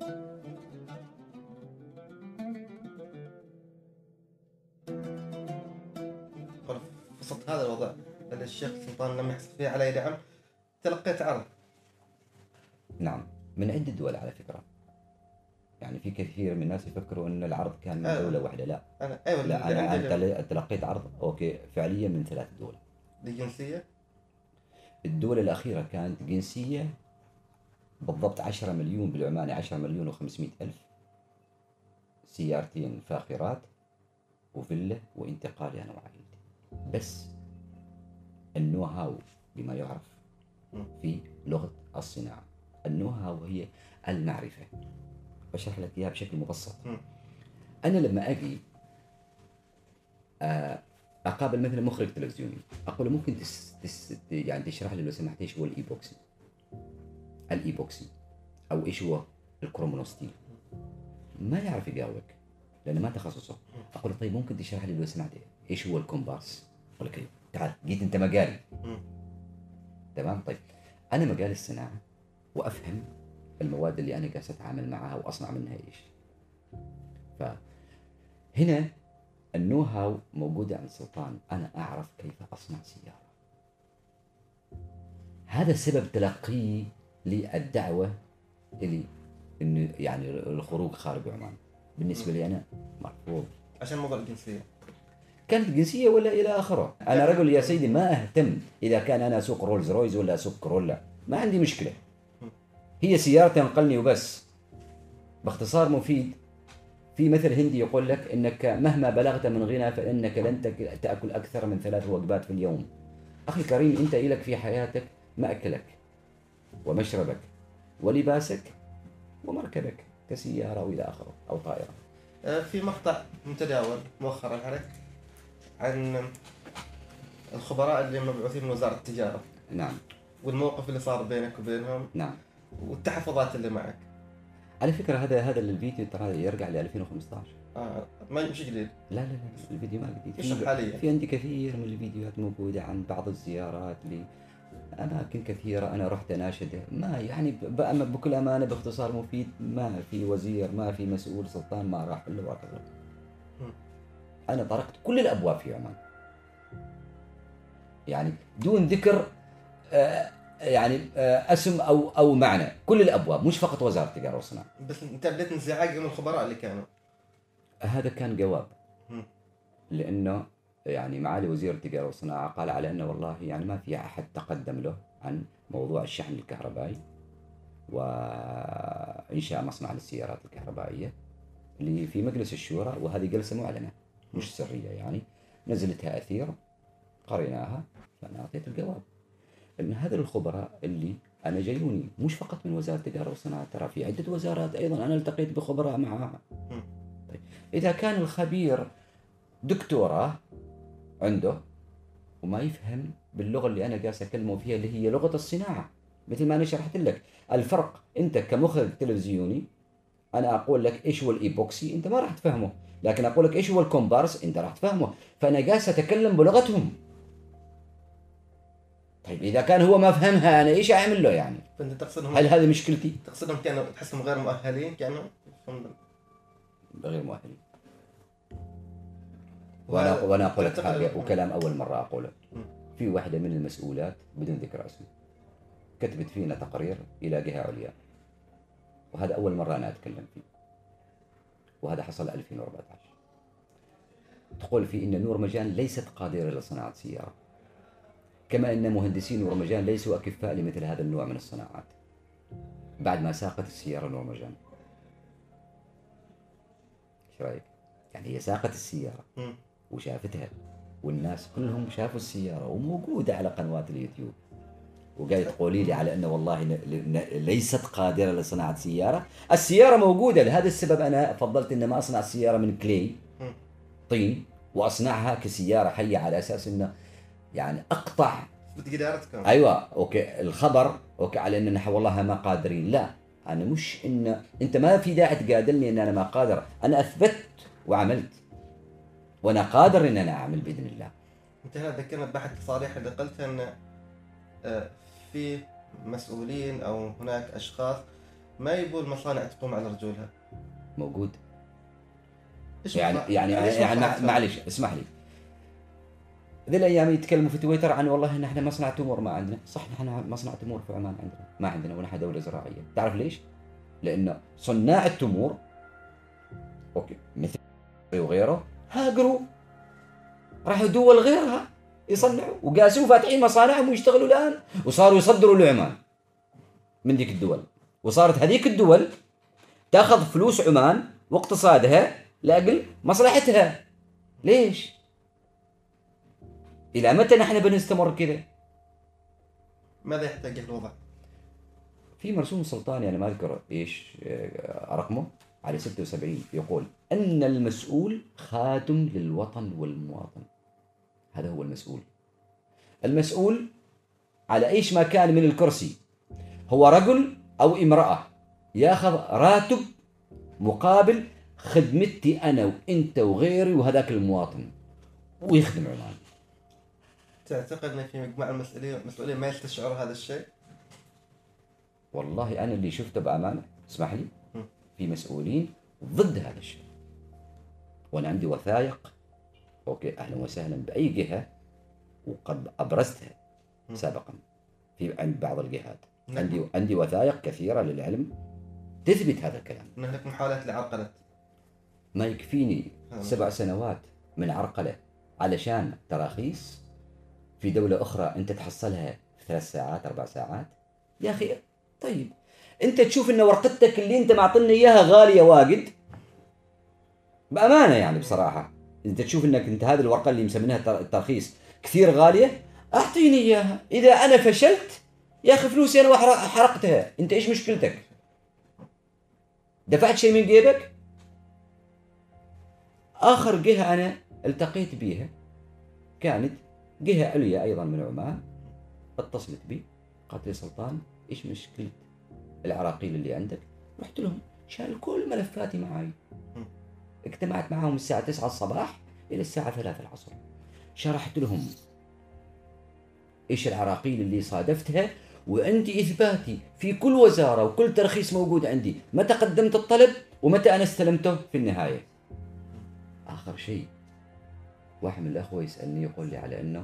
وسط هذا الوضع اللي الشيخ سلطان لم يحصل فيه علي دعم تلقيت عرض. نعم، من عدة دول على فكرة. يعني في كثير من الناس يفكروا ان العرض كان من أه. دولة واحدة. لا انا ايوه لا اللي انا عندي أنا تلقيت عرض اوكي فعليا من ثلاث دول. الجنسيه. الدولة الأخيرة كانت جنسية بالضبط عشرة مليون بالعماني، عشرة مليون وخمسمائة ألف، سيارتين فاخرات وفيلا وانتقالي أنا وعائلتي. بس النو هاو بما يعرف في لغة الصناعة، النو هاو هي المعرفة. بشرح لك إياها بشكل مبسط. أنا لما أجي أقابل مثلا مخرج تلفزيوني أقول له ممكن تس تس يعني تشرح لي لو سمحت إيش هو الإيبوكسي الإيبوكسي أو إيش هو الكرومونوستيل؟ ما يعرف يجاوبك لأنه ما تخصصه. أقول له طيب ممكن تشرح لي لو سمحت إيش هو الكومبارس؟ أقول لك تعال جيت أنت مجالي. تمام. طيب أنا مجال الصناعة وأفهم المواد اللي أنا قاعد أتعامل معها وأصنع منها إيش. فهنا النو هاو موجودة عند سلطان، أنا أعرف كيف أصنع سيارة. هذا سبب تلقيه للدعوة إلي إنه يعني الخروج خارج عمان. بالنسبة لي أنا مرفوض عشان موضوع الجنسية. كانت جنسية ولا إلى آخره. أنا رجل يا سيدي ما أهتم إذا كان أنا أسوق رولز رويز ولا أسوق كورولا، ما عندي مشكلة. هي سيارة تنقلني وبس. باختصار مفيد، في مثل هندي يقول لك إنك مهما بلغت من غنى فإنك لن تأكل أكثر من ثلاث وجبات في اليوم. أخي الكريم، أنت إلك في حياتك مأكلك ومشربك ولباسك ومركبك كسيارة وإلى آخره أو طائرة. في مقطع متداول مؤخرا عليك عن الخبراء اللي مبعوثين من وزارة التجارة. نعم. والموقف اللي صار بينك وبينهم. نعم. والتحفظات اللي معك. على فكرة هذا هذا الفيديو ترى يرجع ل ألفين وخمسة عشر. اه ما مش جديد. لا لا لا الفيديو ما جديد. في حاليا في عندي كثير من الفيديوهات موجودة عن بعض الزيارات لأماكن كثيرة أنا رحت أناشده. ما يعني بكل أمانة باختصار مفيد، ما في وزير ما في مسؤول سلطان ما راح إلا واعتذر. أنا طرقت كل الأبواب في عمان، يعني دون ذكر آه يعني آه اسم أو أو معنى، كل الأبواب مش فقط وزارة التجارة والصناعة. بس أنت بديت انزعاج من الخبراء اللي كانوا. هذا كان جواب، لأنه يعني معالي وزير التجارة والصناعة قال على أنه والله يعني ما في أحد تقدم له عن موضوع الشحن الكهربائي وإنشاء مصنع للسيارات الكهربائية اللي في مجلس الشورى، وهذه جلسة معلنة مش سرية، يعني نزلتها أثير قريناها، فأنا أعطيت الجواب أن هذا الخبراء اللي أنا جايوني مش فقط من وزارة التجارة والصناعة، ترى في عدة وزارات أيضا أنا التقيت بخبراء معها. طيب إذا كان الخبير دكتوراه عنده وما يفهم باللغة اللي أنا قاعد أكلمه فيها اللي هي لغة الصناعة، مثل ما أنا شرحت لك الفرق، أنت كمخرج تلفزيوني أنا أقول لك إيش هو الإيبوكسي أنت ما راح تفهمه، لكن أقول لك إيش هو الكومبارس أنت راح تفهمه، فأنا قاعد أتكلم بلغتهم. طيب إذا كان هو ما فهمها أنا إيش أعمل له يعني؟ فأنت تقصدهم هل هذه مشكلتي؟ تقصدهم كانوا تحسهم غير مؤهلين، كانوا غير مؤهلين. وانا وهذا وانا اقول لك تعتقد- حاجه وكلام اول مره اقوله. مم. في واحده من المسؤولات بدون ذكر اسمه كتبت فينا تقرير الى جهه عليا، وهذا اول مره انا اتكلم فيه، وهذا حصل ألفين وأربعة عشر. تقول فيه ان نور مجان ليست قادره لصناعه سياره، كما ان مهندسين نور مجان ليسوا اكفاء لمثل هذا النوع من الصناعات. بعد ما ساقت السياره نور مجان، ايش رايك؟ يعني هي ساقت السياره مم. وشافتها، والناس كلهم شافوا السياره وموجوده على قنوات اليوتيوب، وقاعد تقولي لي على انه والله ن- ن- ليست قادره لصناعه سياره. السياره موجوده، لهذا السبب انا فضلت ان ما اصنع السياره من كلي مم. طين واصنعها كسياره حيه، على اساس انه يعني اقطع. بقدرتكم. ايوه اوكي الخبر اوكي على ان نحن والله ما قادرين، لا انا مش ان انت ما في داعي تقادلني ان انا ما قادر، انا اثبت وعملت وانا قادر ان انا اعمل باذن الله. انت هنا ذكرنا بأحد التصاريح اللي قلتها ان آه، في مسؤولين او هناك اشخاص ما يبون المصانع تقوم على رجولها. موجود. إيش يعني مصلحة- يعني إيش يعني مع- مصلحتهم؟ معلش اسمح لي، ذي الايام يتكلموا في تويتر عن والله نحن مصنع تمور ما عندنا، صح نحن مصنع تمور في عمان عندنا ما عندنا ونحن دوله زراعيه، تعرف ليش؟ لانه صناع التمور اوكي مثل وغيره هاجروا راحوا دول غيرها يصنعوا وقاسوا فاتحين مصانعهم ويشتغلوا الان، وصاروا يصدروا لعمان من ذيك الدول، وصارت هذيك الدول تاخذ فلوس عمان واقتصادها لاجل مصلحتها. ليش؟ الى متى نحن بنستمر كذا؟ ماذا يحتاج الوضع؟ في مرسوم سلطاني انا ما اذكر ايش آه، رقمه على ستة وسبعين يقول ان المسؤول خادم للوطن والمواطن. هذا هو المسؤول. المسؤول على ايش ما كان من الكرسي، هو رجل او امرأة ياخذ راتب مقابل خدمتي انا وانت وغيري وهذاك المواطن ويخدم عمان. تعتقد ان في مجموعة المسؤولين المسؤولين ما يستشعروا هذا الشيء؟ والله انا اللي شفته بامانه اسمح لي م. في مسؤولين ضد هذا الشيء، وانا عندي وثائق اوكي اهلا وسهلا باي جهه وقد ابرزتها م. سابقا في عند بعض الجهات. نعم. عندي عندي وثائق كثيره للعلم تثبت هذا الكلام. ان هناك محاولات لعرقلة. ما يكفيني نعم. سبع سنوات من عرقله علشان تراخيص في دوله اخرى انت تحصلها في ثلاث ساعات اربع ساعات. يا اخي طيب انت تشوف ان ورقتك اللي انت معطيني اياها غاليه واجد بامانه، يعني بصراحه انت تشوف انك انت هذه الورقه اللي مسمينها التر- الترخيص كثير غاليه، اعطيني اياها. اذا انا فشلت يا اخي فلوسي انا وحرق- حرقتها، انت ايش مشكلتك؟ دفعت شيء من جيبك؟ اخر جهه انا التقيت بيها كانت جهه عليا ايضا من عمان، اتصلت بي قالت لي سلطان ايش مشكله العراقيل اللي عندك؟ رحت لهم شال كل ملفاتي معي، اجتمعت معهم الساعه تسعة الصباح الى الساعه ثلاثة العصر، شرحت لهم ايش العراقيل اللي صادفتها، وعندي اثباتي في كل وزاره وكل ترخيص موجود عندي، متى قدمت الطلب ومتى انا استلمته في النهايه. اخر شيء واحد من الاخوه يسالني يقول لي على انه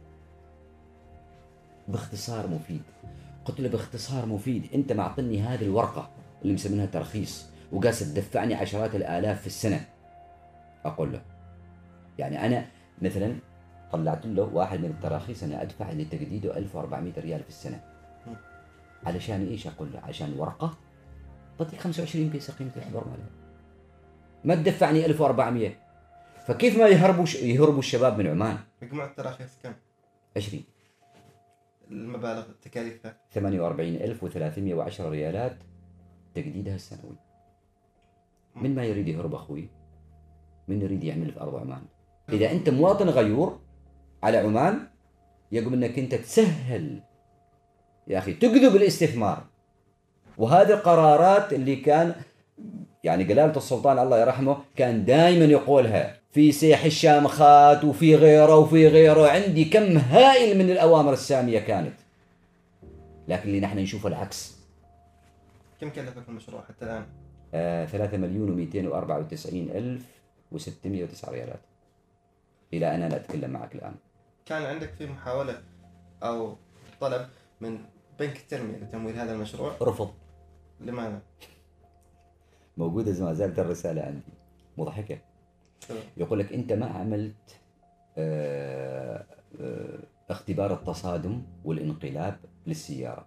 باختصار مفيد. قلت له باختصار مفيد انت معطني هذه الورقه اللي مسمينها ترخيص وقاس تدفعني عشرات الالاف في السنه. اقول له يعني انا مثلا طلعت له واحد من التراخيص انا ادفع لتجديده ألف وأربعمائة ريال في السنه. علشان ايش؟ اقول له عشان ورقه تعطيك خمسة وعشرين بيسه قيمه الحضور مالها، ما تدفعني ألف وأربعمائة. فكيف ما يهربوا ش... يهربوا الشباب من عمان؟ مجموع التراخيص كم؟ عشرين المبالغ تكاليفها؟ ثمانية وأربعين ألف وثلاثمائة وعشرة ريالات تجديدها السنوي. من ما يريد يهرب اخوي؟ من يريد يعمل في ارض عمان؟ اذا انت مواطن غيور على عمان يجب انك انت تسهل يا اخي تجذب الاستثمار. وهذه القرارات اللي كان يعني جلالة السلطان الله يرحمه كان دائما يقولها في سيح الشامخات وفي غيره وفي غيره، عندي كم هائل من الأوامر السامية كانت، لكن اللي نحن نشوفه العكس. كم كلفك المشروع حتى الآن؟ آه ثلاثة مليون ومئتين وأربعة وتسعين ألف وستمائة وتسعة ريالات. الى ان انا اتكلم معك الان. كان عندك في محاولة أو طلب من بنك التنمية لتمويل هذا المشروع؟ رفض. لماذا؟ موجودة ما زالت الرسالة عندي مضحكة. يقول لك أنت ما عملت اه اه اختبار التصادم والانقلاب للسيارة.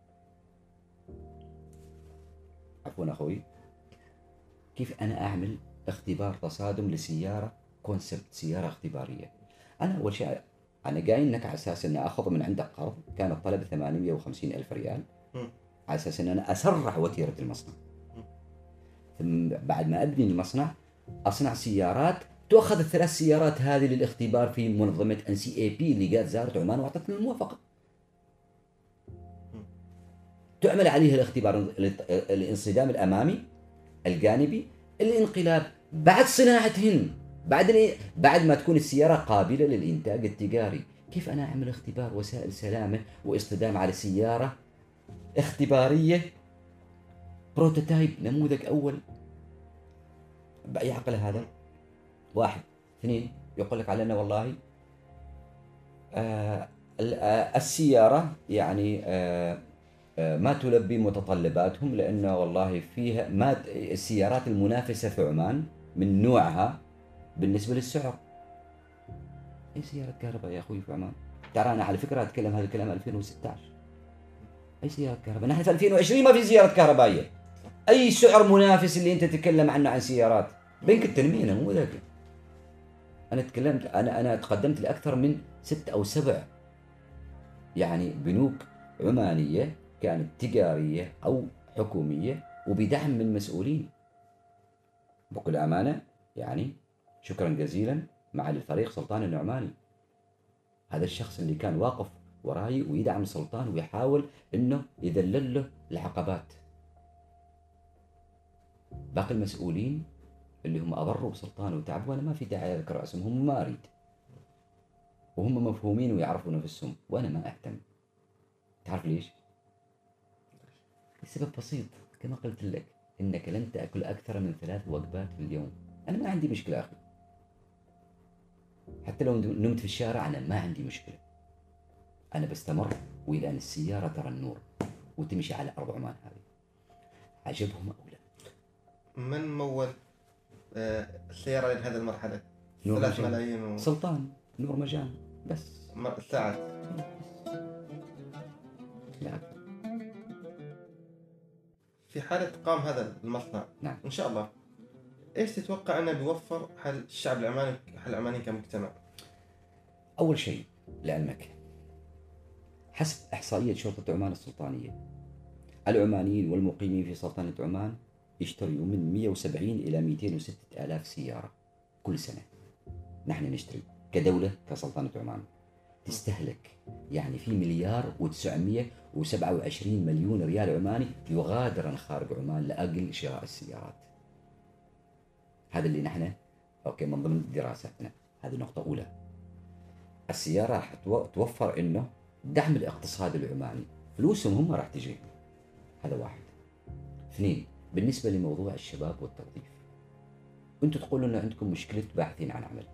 عفوا أخوي، كيف أنا أعمل اختبار تصادم لسيارة كونسبت سيارة اختبارية؟ أنا أول شيء أنا جاي إنك على أساس إني أخذ من عندك قرض، كان الطلب ثمانمئة وخمسين ألف ريال على أساس إن أنا أسرع وتيرة المصنع. ثم بعد ما أبني المصنع أصنع سيارات تؤخذ الثلاث سيارات هذه للاختبار في منظمة إن سي إيه بي اللي جات زارت عمان وأعطتني الموافقة. تعمل عليها الاختبار الانصدام الأمامي، الجانبي، الانقلاب، بعد صناعتهن، بعد بعد ما تكون السيارة قابلة للإنتاج التجاري. كيف أنا أعمل اختبار وسائل سلامة واصطدام على سيارة اختبارية بروتوتايب نموذج أول؟ بأي عقل هذا؟ واحد. اثنين، يقول لك علينا والله آه السيارة يعني آه آه ما تلبي متطلباتهم، لأنه والله فيها ما السيارات المنافسة في عمان من نوعها بالنسبة للسعر. أي سيارة كهرباء يا أخوي في عمان؟ ترى أنا على فكرة أتكلم هذا الكلام ألفين وستة عشر. أي سيارة كهرباء؟ نحن في ألفين وعشرين ما في سيارة كهربائية. أي سعر منافس اللي أنت تتكلم عنه عن سيارات؟ بنك التنمية نموذج. أنا تكلمت أنا أنا تقدمت لأكثر من ست أو سبع يعني بنوك عمانية كانت تجارية أو حكومية وبدعم من مسؤولين. بكل أمانة يعني شكرا جزيلا مع الفريق سلطان النعماني، هذا الشخص اللي كان واقف وراي ويدعم سلطان ويحاول إنه يذلل له العقبات. باقي المسؤولين اللي هم أضروا بسلطان وتعبوا أنا ما في داعي أذكر اسمهم، هم ما أريد، وهم مفهومين ويعرفوا نفسهم وأنا ما أهتم. تعرف ليش؟ السبب بسيط، كما قلت لك إنك لن تأكل أكثر من ثلاث وجبات في اليوم. أنا ما عندي مشكلة أخي، حتى لو نمت في الشارع أنا ما عندي مشكلة، أنا بستمر وإلى أن السيارة ترى النور وتمشي على أرض عمان هذه. عجبهم أو لا؟ من مول آه السيارة لهذه المرحلة؟ ثلاث ملايين و... سلطان نور مجان بس ساعات. لا. في حالة قام هذا المصنع نعم. إن شاء الله إيش تتوقع أنه بيوفر حل الشعب العماني حل العماني كمجتمع؟ أول شيء لعلمك، حسب إحصائية شرطة عمان السلطانية، العمانيين والمقيمين في سلطنة عمان يشتروا من مئة وسبعين إلى مئتين وستة آلاف سيارة كل سنة. نحن نشتري كدولة كسلطنة عمان تستهلك يعني في مليار وتسعمئة وسبعة وعشرين مليون ريال عماني يغادر خارج عمان لأجل شراء السيارات. هذا اللي نحن أوكي من ضمن دراساتنا. هذه نقطة أولى. السيارة راح توفر إنه دعم الاقتصاد العماني، فلوسهم هم راح تجي. هذا واحد. اثنين، بالنسبة لموضوع الشباب والتوظيف، أنتوا تقولوا إنه عندكم مشكلة باحثين عن عمل.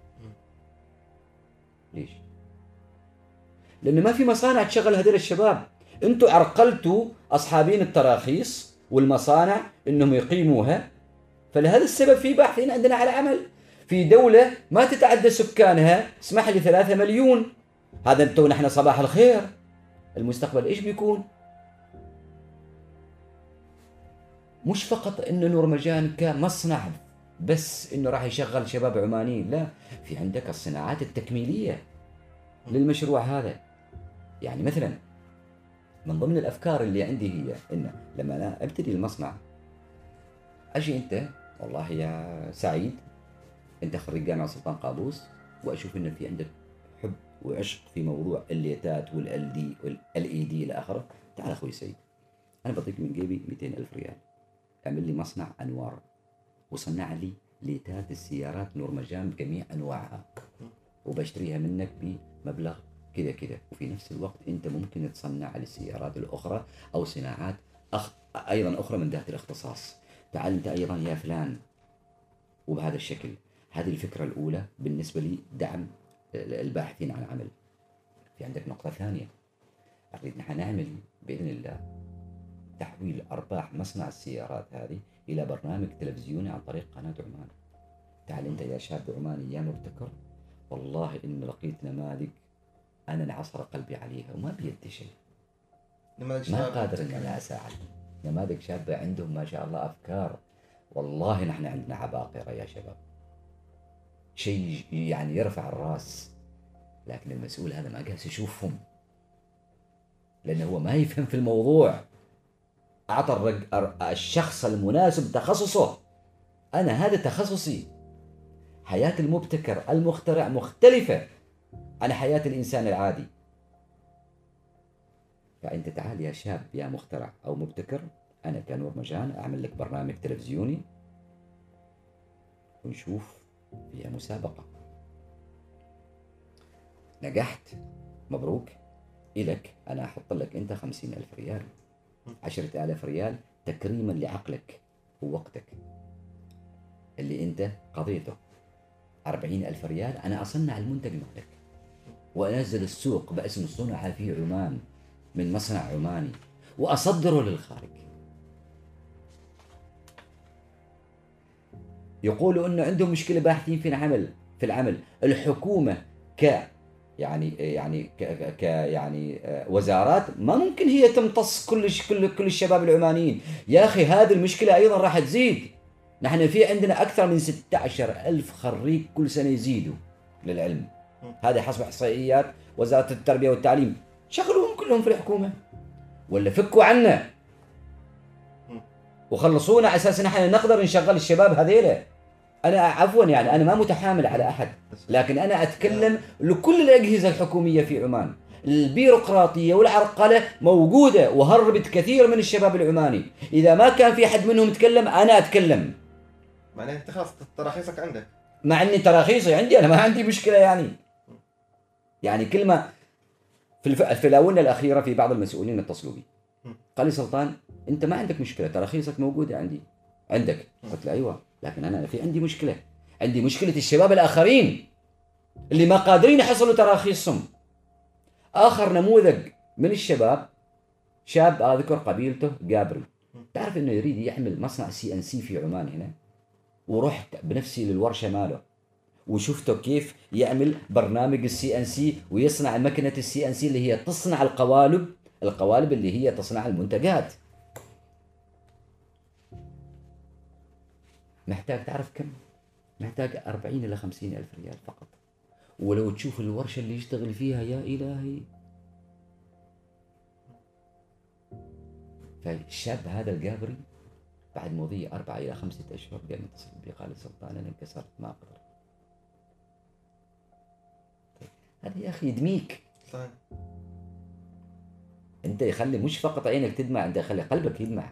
ليش؟ لأن ما في مصانع تشغل هذول الشباب. أنتوا عرقلتوا أصحابين التراخيص والمصانع إنهم يقيموها، فلهذا السبب في باحثين عندنا على عمل في دولة ما تتعدى سكانها اسمح لي ثلاثة مليون. هذا انتوا نحن صباح الخير، المستقبل إيش بيكون؟ مش فقط إنه نور مجان كمصنع بس إنه راح يشغل شباب عمانيين، لا، في عندك الصناعات التكميلية للمشروع هذا. يعني مثلا من ضمن الأفكار اللي عندي هي إنه لما أنا أبتدي المصنع أجي أنت والله يا سعيد أنت خريج جامعة سلطان قابوس وأشوف إنه في عندك حب وعشق في موضوع الليتات والال دي والال اي دي إلى آخره. تعال أخوي سعيد، أنا بعطيك من جيبي مئتين ألف ريال، اعمل لي مصنع أنوار وصنع لي ليتات السيارات نور مجان بجميع أنواعها وبشتريها منك بمبلغ كذا كذا، وفي نفس الوقت أنت ممكن تصنع للسيارات الأخرى أو صناعات أخ... أيضا أخرى من ذات الاختصاص. تعال أنت أيضا يا فلان وبهذا الشكل. هذه الفكرة الأولى بالنسبة لي، دعم الباحثين عن عمل. في عندك نقطة ثانية، أريد نحن نعمل بإذن الله تحويل أرباح مصنع السيارات هذه إلى برنامج تلفزيوني عن طريق قناة عمان. تعال أنت يا شاب عماني يا مبتكر، والله إن لقيت نماذج أنا انعصر قلبي عليها وما بيدي شيء، ما قادر إن أنا أساعد. نماذج شابة عندهم ما شاء الله أفكار، والله نحن عندنا عباقرة يا شباب، شيء يعني يرفع الراس، لكن المسؤول هذا ما قاس يشوفهم لأنه هو ما يفهم في الموضوع. أعطى الرج... الشخص المناسب تخصصه. أنا هذا تخصصي. حياة المبتكر المخترع مختلفة عن حياة الإنسان العادي. فأنت تعال يا شاب يا مخترع أو مبتكر، أنا كنور مجان أعمل لك برنامج تلفزيوني ونشوف فيها مسابقة. نجحت مبروك إلك، أنا أحط لك أنت خمسين ألف ريال، عشرة آلاف ريال تكريما لعقلك ووقتك اللي أنت قضيته. أربعين ألف ريال أنا أصنع المنتج مالك وأنزل السوق باسم صنع في عمان من مصنع عماني وأصدره للخارج. يقولوا أنه عندهم مشكلة باحثين في العمل في العمل الحكومة ك يعني يعني ك ك يعني وزارات ما ممكن هي تمتص كل كل كل الشباب العمانيين. يا أخي هذه المشكلة أيضا راح تزيد. نحن في عندنا أكثر من ستة عشر ألف خريج كل سنة يزيدوا للعلم، هذا حسب إحصائيات وزارة التربية والتعليم. شغلوهم كلهم في الحكومة ولا فكوا عنا وخلصونا على أساس نحن نقدر نشغل الشباب هذيله. أنا عفوا يعني أنا ما متحامل على أحد، لكن أنا أتكلم لكل الأجهزة الحكومية في عمان. البيروقراطية والعرقلة موجودة وهربت كثير من الشباب العماني. إذا ما كان في أحد منهم يتكلم أنا أتكلم. معناه أنت خلاص تراخيصك عندك. مع أني تراخيصي عندي، أنا ما عندي مشكلة يعني. يعني كلمة في الف... في الآونة الأخيرة في بعض المسؤولين اتصلوا بي قال لي سلطان أنت ما عندك مشكلة، تراخيصك موجودة عندي. عندك؟ قلت له أيوة، لكن أنا في عندي مشكلة، عندي مشكلة الشباب الآخرين اللي ما قادرين يحصلوا تراخيصهم. آخر نموذج من الشباب شاب أذكر قبيلته جابري، تعرف إنه يريد يعمل مصنع سي إن سي في عمان هنا، ورحت بنفسي للورشة ماله وشفته كيف يعمل برنامج السي إن سي ويصنع مكنة السي إن سي اللي هي تصنع القوالب القوالب اللي هي تصنع المنتجات. محتاج تعرف كم؟ محتاج أربعين إلى خمسين ألف ريال فقط. ولو تشوف الورشة اللي يشتغل فيها يا إلهي. فالشاب هذا الجابري بعد مضي أربعة إلى خمسة أشهر قام يتصل بي قال لي سلطان أنا انكسرت ما أقدر. طيب هذا يا أخي يدميك. صحيح. أنت يخلي مش فقط عينك تدمع، أنت يخلي قلبك يدمع.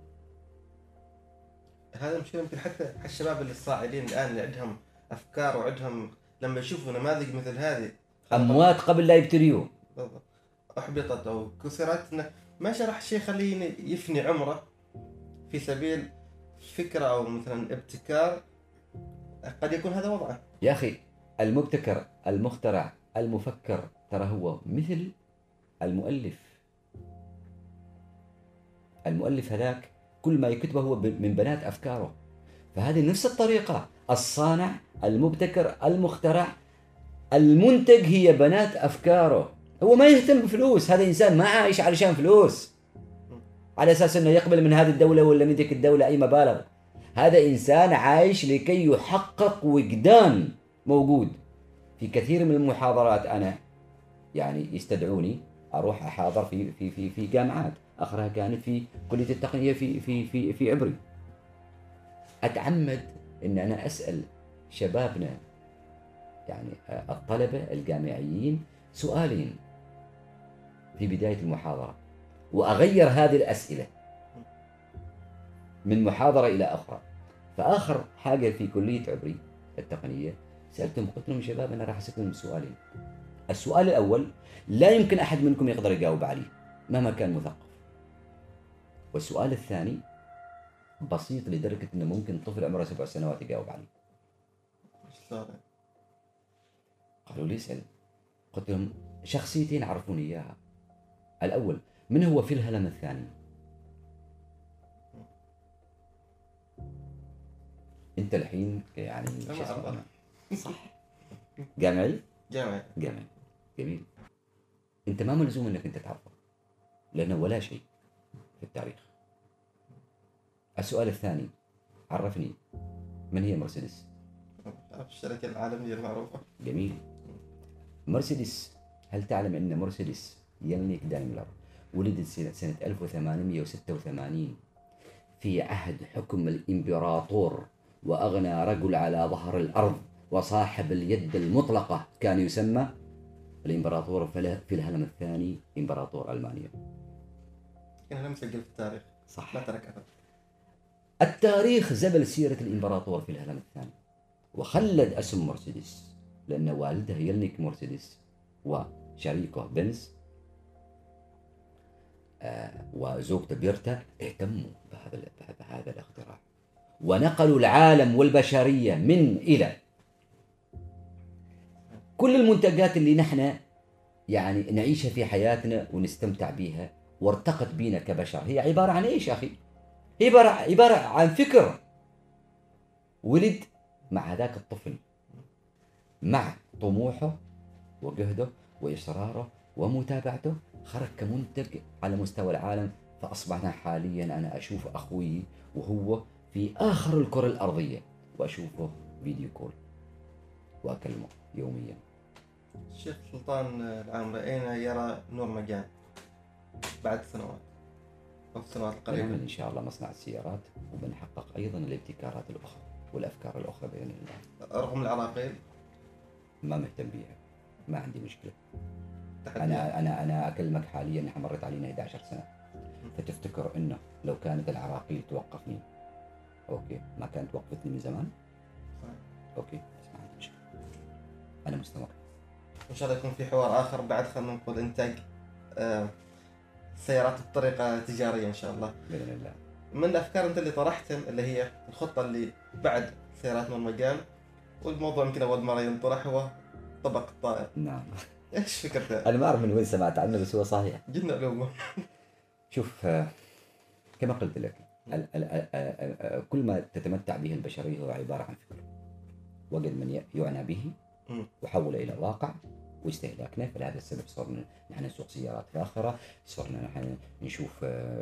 هذا مشكلة يمكن حتى الشباب اللي الصاعدين الآن اللي عندهم أفكار وعندهم لما يشوفوا نماذج مثل هذه أموات قبل لا يبتليوا أحبطت أو كسرت، إنه ما راح شيء يخليه يفني عمره في سبيل فكرة أو مثلا ابتكار قد يكون هذا وضعه. يا أخي المبتكر المخترع المفكر ترى هو مثل المؤلف. المؤلف هذاك كل ما يكتبه هو من بنات أفكاره. فهذه نفس الطريقة، الصانع المبتكر المخترع المنتج هي بنات أفكاره. هو ما يهتم بفلوس، هذا إنسان ما عايش علشان فلوس على أساس أنه يقبل من هذه الدولة ولا من ذيك الدولة أي مبالغ. هذا إنسان عايش لكي يحقق وجدان موجود. في كثير من المحاضرات أنا يعني يستدعوني أروح أحاضر في في في في جامعات، آخرها كانت في كلية التقنية في في في في عبري. أتعمد إن أنا أسأل شبابنا يعني الطلبة الجامعيين سؤالين في بداية المحاضرة، وأغير هذه الأسئلة من محاضرة إلى أخرى. فآخر حاجة في كلية عبري التقنية سألتهم، قلت لهم شباب أنا راح أسألكم سؤالين. السؤال الأول لا يمكن أحد منكم يقدر يجاوب عليه مهما كان مثقف. والسؤال الثاني بسيط لدرجة أنه ممكن طفل عمره سبع سنوات يجاوب عليه. شلون؟ قالوا لي اسأل. قلت لهم شخصيتين عرفوني إياها. الأول من هو فيلهلم الثاني؟ أنت الحين يعني ما شو اسمه؟ أعرف. صح. جامعي؟ جامعي. جامعي. جميل. أنت ما ملزوم أنك أنت تعرفه، لأنه ولا شيء في التاريخ. السؤال الثاني، عرفني من هي مرسيدس؟ أعرف الشركة العالمية المعروفة. جميل. مرسيدس، هل تعلم أن مرسيدس يملك دايملر ولدت سنة سنة ألف وثمانمئة وستة وثمانين في عهد حكم الإمبراطور وأغنى رجل على ظهر الأرض وصاحب اليد المطلقة، كان يسمى الإمبراطور فيلهلم الثاني إمبراطور ألمانيا. كان لم يسجل في التاريخ. صح. لا ترك أثر. التاريخ زبل سيرة الإمبراطور فيلهلم الثاني وخلد اسم مرسيدس، لأن والده يلنيك مرسيدس وشريكه بنز آه وزوجته بيرتا اهتموا بهذا بهذا الاختراع ونقلوا العالم والبشرية من إلى. كل المنتجات اللي نحن يعني نعيشها في حياتنا ونستمتع بها وارتقت بينا كبشر هي عبارة عن إيش يا أخي؟ هي عبارة عبارة عن فكر ولد مع ذاك الطفل، مع طموحه وجهده وإصراره ومتابعته، خرج كمنتج على مستوى العالم. فأصبحنا حاليا أنا أشوف أخوي وهو في آخر الكرة الأرضية وأشوفه فيديو كول وأكلمه يوميا. الشيخ سلطان العامري أين يرى نور مجان بعد سنوات أو السنوات القريبة؟ بنعمل إن شاء الله مصنع السيارات وبنحقق أيضا الابتكارات الأخرى والأفكار الأخرى بإذن الله. رغم العراقيل ما مهتم بيها، ما عندي مشكلة. تحديات. أنا أنا أنا أكلمك حاليا إحنا مرت علينا إحدى عشرة سنة، فتفتكر إنه لو كانت العراقيل توقفني أوكي ما كانت وقفتني من زمان؟ أوكي بس ما عندي مشكلة، أنا مستمر. إن شاء الله يكون في حوار آخر بعد خلينا نقول إنتاج آه سيارات بطريقة تجارية إن شاء الله بإذن الله. من الأفكار أنت اللي طرحتهم اللي هي الخطة اللي بعد سيارات نور مجان، والموضوع يمكن أول مرة ينطرح هو طبق الطائر. نعم. إيش فكرته؟ أنا ما أعرف من وين سمعت عنه بس هو صحيح. جدنا علومه. شوف كما قلت لك ال ال ال كل ما تتمتع به البشرية هو عبارة عن فكر وجد من يعنى به وحوله إلى واقع واستهلاكنا. فلهذا السبب صرنا نحن نسوق سيارات فاخرة، صرنا نحن نشوف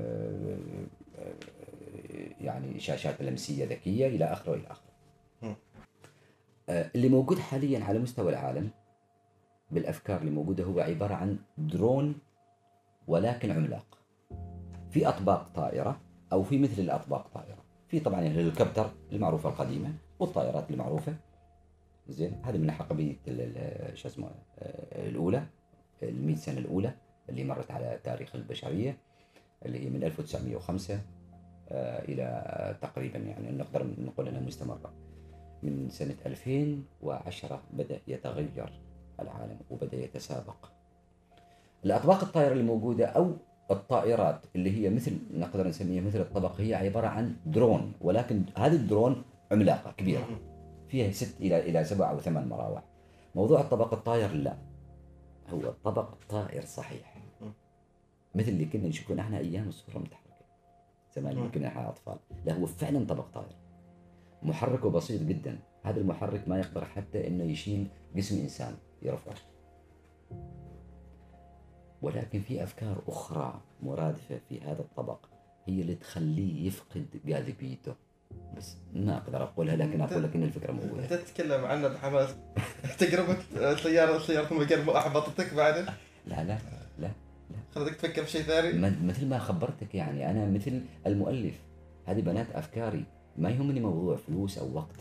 يعني شاشات لمسية ذكية إلى آخره إلى آخره. اللي موجود حاليا على مستوى العالم بالأفكار اللي موجودة هو عبارة عن درون ولكن عملاق، في أطباق طائرة أو في مثل الأطباق طائرة. في طبعا الهليكوبتر المعروفة القديمة والطائرات المعروفة زين، هذه من حقبية شو اسمه الأولى المئة سنة الأولى اللي مرت على تاريخ البشرية، اللي هي من ألف وتسعمئة وخمسة إلى تقريبا يعني نقدر نقول أنها مستمرة. من سنة ألفين وعشرة بدأ يتغير العالم وبدأ يتسابق. الأطباق الطائرة اللي موجودة أو الطائرات اللي هي مثل نقدر نسميها مثل الطبق هي عبارة عن درون، ولكن هذه الدرون عملاقة كبيرة فيها ست إلى إلى سبع أو ثمان مراوح. موضوع الطبق الطائر لا، هو الطبق الطائر صحيح مثل اللي كنا نشوفه نحن أيام الصورة المتحركة زمان لما كنا نحن أطفال. لا هو فعلا طبق طائر محركه بسيط جدا. هذا المحرك ما يقدر حتى إنه يشيل جسم إنسان يرفعه، ولكن في أفكار أخرى مرادفة في هذا الطبق هي اللي تخليه يفقد جاذبيته، بس ما أقدر أقولها لكن أقول لك إن الفكرة موجودة. أنت تتكلم عنها بحماس. تجربة سيارة سيارة مجال ما أحبطتك بعد؟ لا لا لا لا خلتك تفكر في شيء ثاني؟ مثل ما خبرتك يعني أنا مثل المؤلف، هذه بنات أفكاري، ما يهمني موضوع فلوس أو وقت.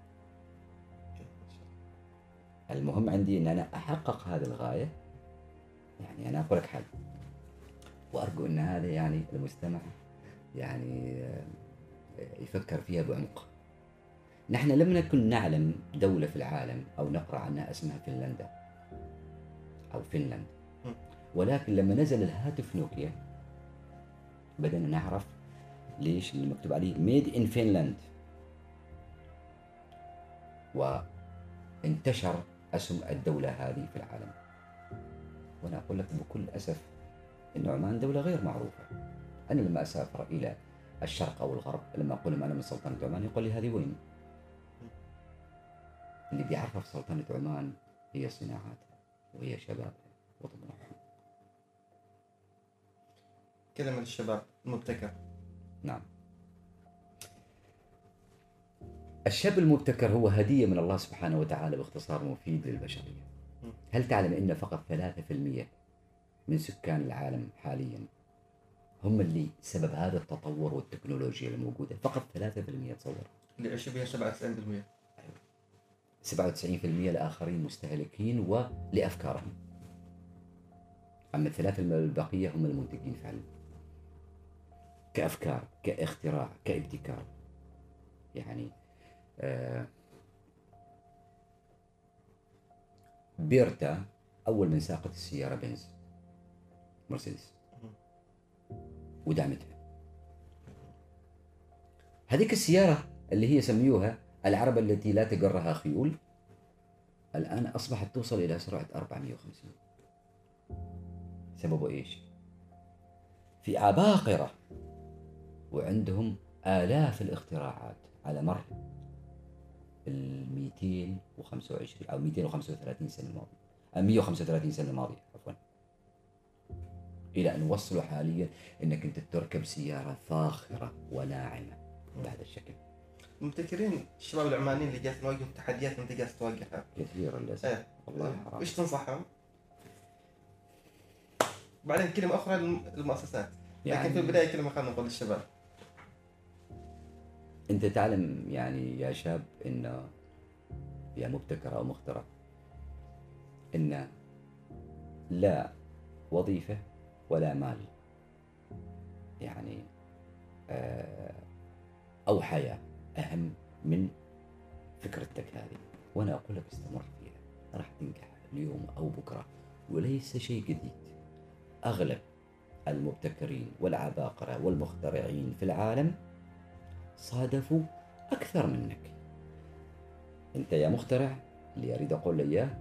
المهم عندي أن أنا أحقق هذه الغاية. يعني أنا أقول لك حاجة وأرجو أن هذا يعني المستمع يعني يفكر فيها بعمق. نحن لم نكن نعلم دولة في العالم أو نقرأ عنها اسمها فنلندا أو فنلند، ولكن لما نزل الهاتف نوكيا بدأنا نعرف ليش اللي مكتوب عليه ميد إن فنلند. انتشر اسم الدولة هذه في العالم. وانا اقول لك بكل اسف ان عمان دولة غير معروفة. انا لما اسافر الى الشرق او الغرب، لما اقول لهم انا من سلطنة عمان، يقول لي هذه وين؟ اللي بيعرف سلطنة عمان هي صناعاتها وهي شبابها وطموحهم. كلمة الشباب المبتكر. نعم. الشاب المبتكر هو هدية من الله سبحانه وتعالى، باختصار مفيد للبشرية. هل تعلم أن فقط ثلاثة في المئة من سكان العالم حاليا هم اللي سبب هذا التطور والتكنولوجيا الموجودة؟ فقط ثلاثة في المئة. تصور اللي يعيش بها سبعة وتسعين بالمئة. سبعة وتسعين في المئة الآخرين مستهلكين ولأفكارهم. أما الثلاثة البقية هم المنتجين فعلا، كأفكار، كاختراع، كابتكار. يعني آه بيرتا أول من ساقت السيارة بنز مرسيدس ودعمتها. هذيك السيارة اللي هي سميوها العربة التي لا تجرها خيول، الآن أصبحت توصل إلى سرعة أربعمئة وخمسين. سببه إيش؟ في عباقرة وعندهم آلاف الاختراعات على مر ال مئتين وخمسة وعشرين أو مئتين وخمسة وثلاثين سنة الماضية، أو مئة وخمسة وثلاثين سنة الماضية عفوا، إلى أن وصلوا حاليا أنك أنت تركب سيارة فاخرة وناعمة بهذا الشكل. المبتكرين الشباب العمانيين اللي جالس نواجههم تحديات انت جالس تواجهها كثيرا للأسف. ايه والله حرام. ايش تنصحهم؟ بعدين كلمة أخرى للمؤسسات، يعني لكن في البداية كلمة خلينا نقول للشباب. أنت تعلم يعني يا شاب، إن يا مبتكر أو مخترع، إن لا وظيفة ولا مال يعني أو حياة أهم من فكرتك هذه. وأنا أقول لك استمر فيها، راح تنجح اليوم أو بكرة، وليس شيء جديد. أغلب المبتكرين والعباقرة والمخترعين في العالم صادفوا أكثر منك. أنت يا مخترع اللي أريد أقول لك إياه،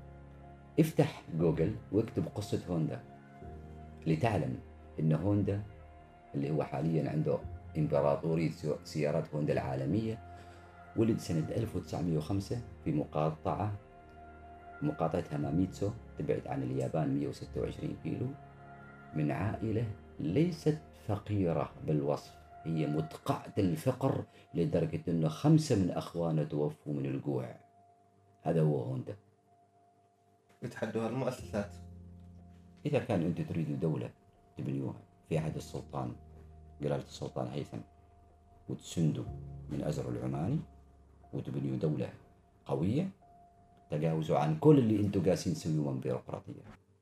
افتح جوجل واكتب قصة هوندا لتعلم أن هوندا اللي هو حاليا عنده إمبراطورية سيارات هوندا العالمية، ولد سنة ألف وتسعمئة وخمسة في مقاطعة مقاطعة هاماميتسو، تبعد عن اليابان مئة وستة وعشرين كيلو، من عائلة ليست فقيرة بالوصف، هي مدقعة الفقر لدرجة أنه خمسة من أخوانه توفوا من الجوع. هذا هو هوندا. يتحدوها المؤسسات. إذا كان أنت تريد دولة تبنيوها في عهد السلطان جلالة السلطان هيثم وتسندوا من أزرع العماني وتبنيوا دولة قوية، تجاوزوا عن كل اللي أنتوا قاسين تسويوه من بيروقراطية.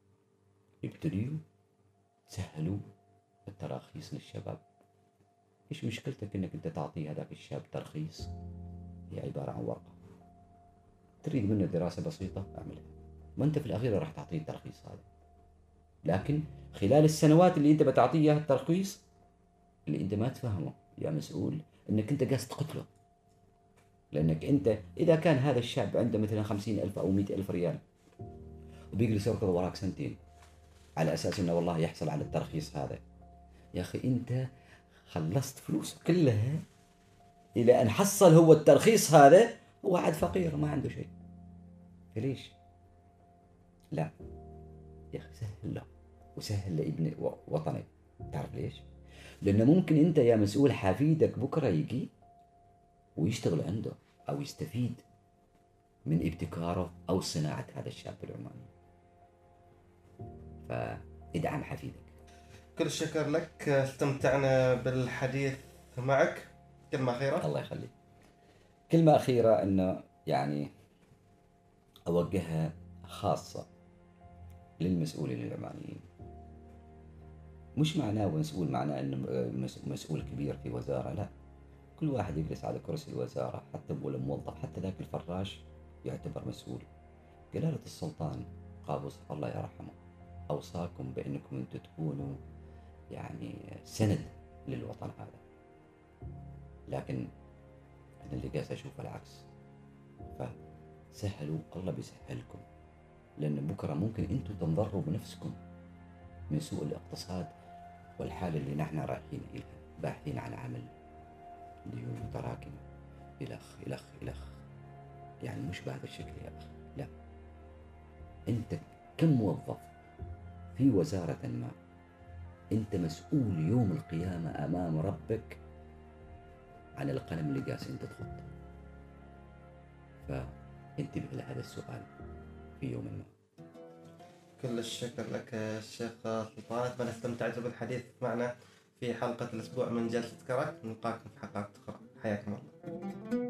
ابتدوا سهلوا التراخيص للشباب. إيش مشكلتك إنك أنت تعطي هذاك الشاب ترخيص؟ هي عبارة عن ورقة، تريد منه دراسة بسيطة اعملها، ما أنت في الأخير راح تعطيه الترخيص هذا. لكن خلال السنوات اللي أنت بتعطيه إياها الترخيص، اللي أنت ما تفهمه يا مسؤول إنك أنت قاعد تقتله. لأنك أنت إذا كان هذا الشاب عنده مثلا خمسين ألف أو مئة ألف ريال وبيجلس يركض وراك سنتين على أساس إنه والله يحصل على الترخيص هذا، يا أخي أنت خلصت فلوسه كلها إلى أن حصل هو الترخيص هذا، هو عاد فقير ما عنده شيء. فليش؟ لا يا أخي سهل له وسهل لابن وطنك. تعرف ليش؟ لأنه ممكن أنت يا مسؤول حفيدك بكرة يجي ويشتغل عنده أو يستفيد من ابتكاره أو صناعة هذا الشاب العماني. فادعم حفيدك. كل الشكر لك، استمتعنا بالحديث معك. كلمة أخيرة. الله يخليك. كلمة أخيرة أنه يعني أوجهها خاصة للمسؤولين العمانيين. مش معناه مسؤول معناه أنه مسؤول كبير في وزارة، لا، كل واحد يجلس على كرسي الوزارة، حتى ولا موظف، حتى ذاك الفراش يعتبر مسؤول. جلالة السلطان قابوس الله يرحمه أوصاكم بأنكم أنتم تكونوا يعني سند للوطن هذا، لكن أنا اللي قاعد أشوف العكس. سهلوا الله بيسهلكم، لأن بكرة ممكن أنتم تنضروا بنفسكم من سوء الاقتصاد والحالة اللي نحن رايحين إليها، باحثين عن عمل، ديون متراكمة، إلخ إلخ إلخ. يعني مش بهذا الشكل يا أخي، لا. أنت كموظف في وزارة ما، أنت مسؤول يوم القيامة أمام ربك عن القلم اللي جالس أنت تخطه. فانتبه لهذا السؤال في يوم ما. كل الشكر لك يا شيخ سلطان، أتمنى استمتعت بالحديث معنا في حلقة الأسبوع من جلسة كرك. نلقاكم في حلقات أخرى، حياكم الله.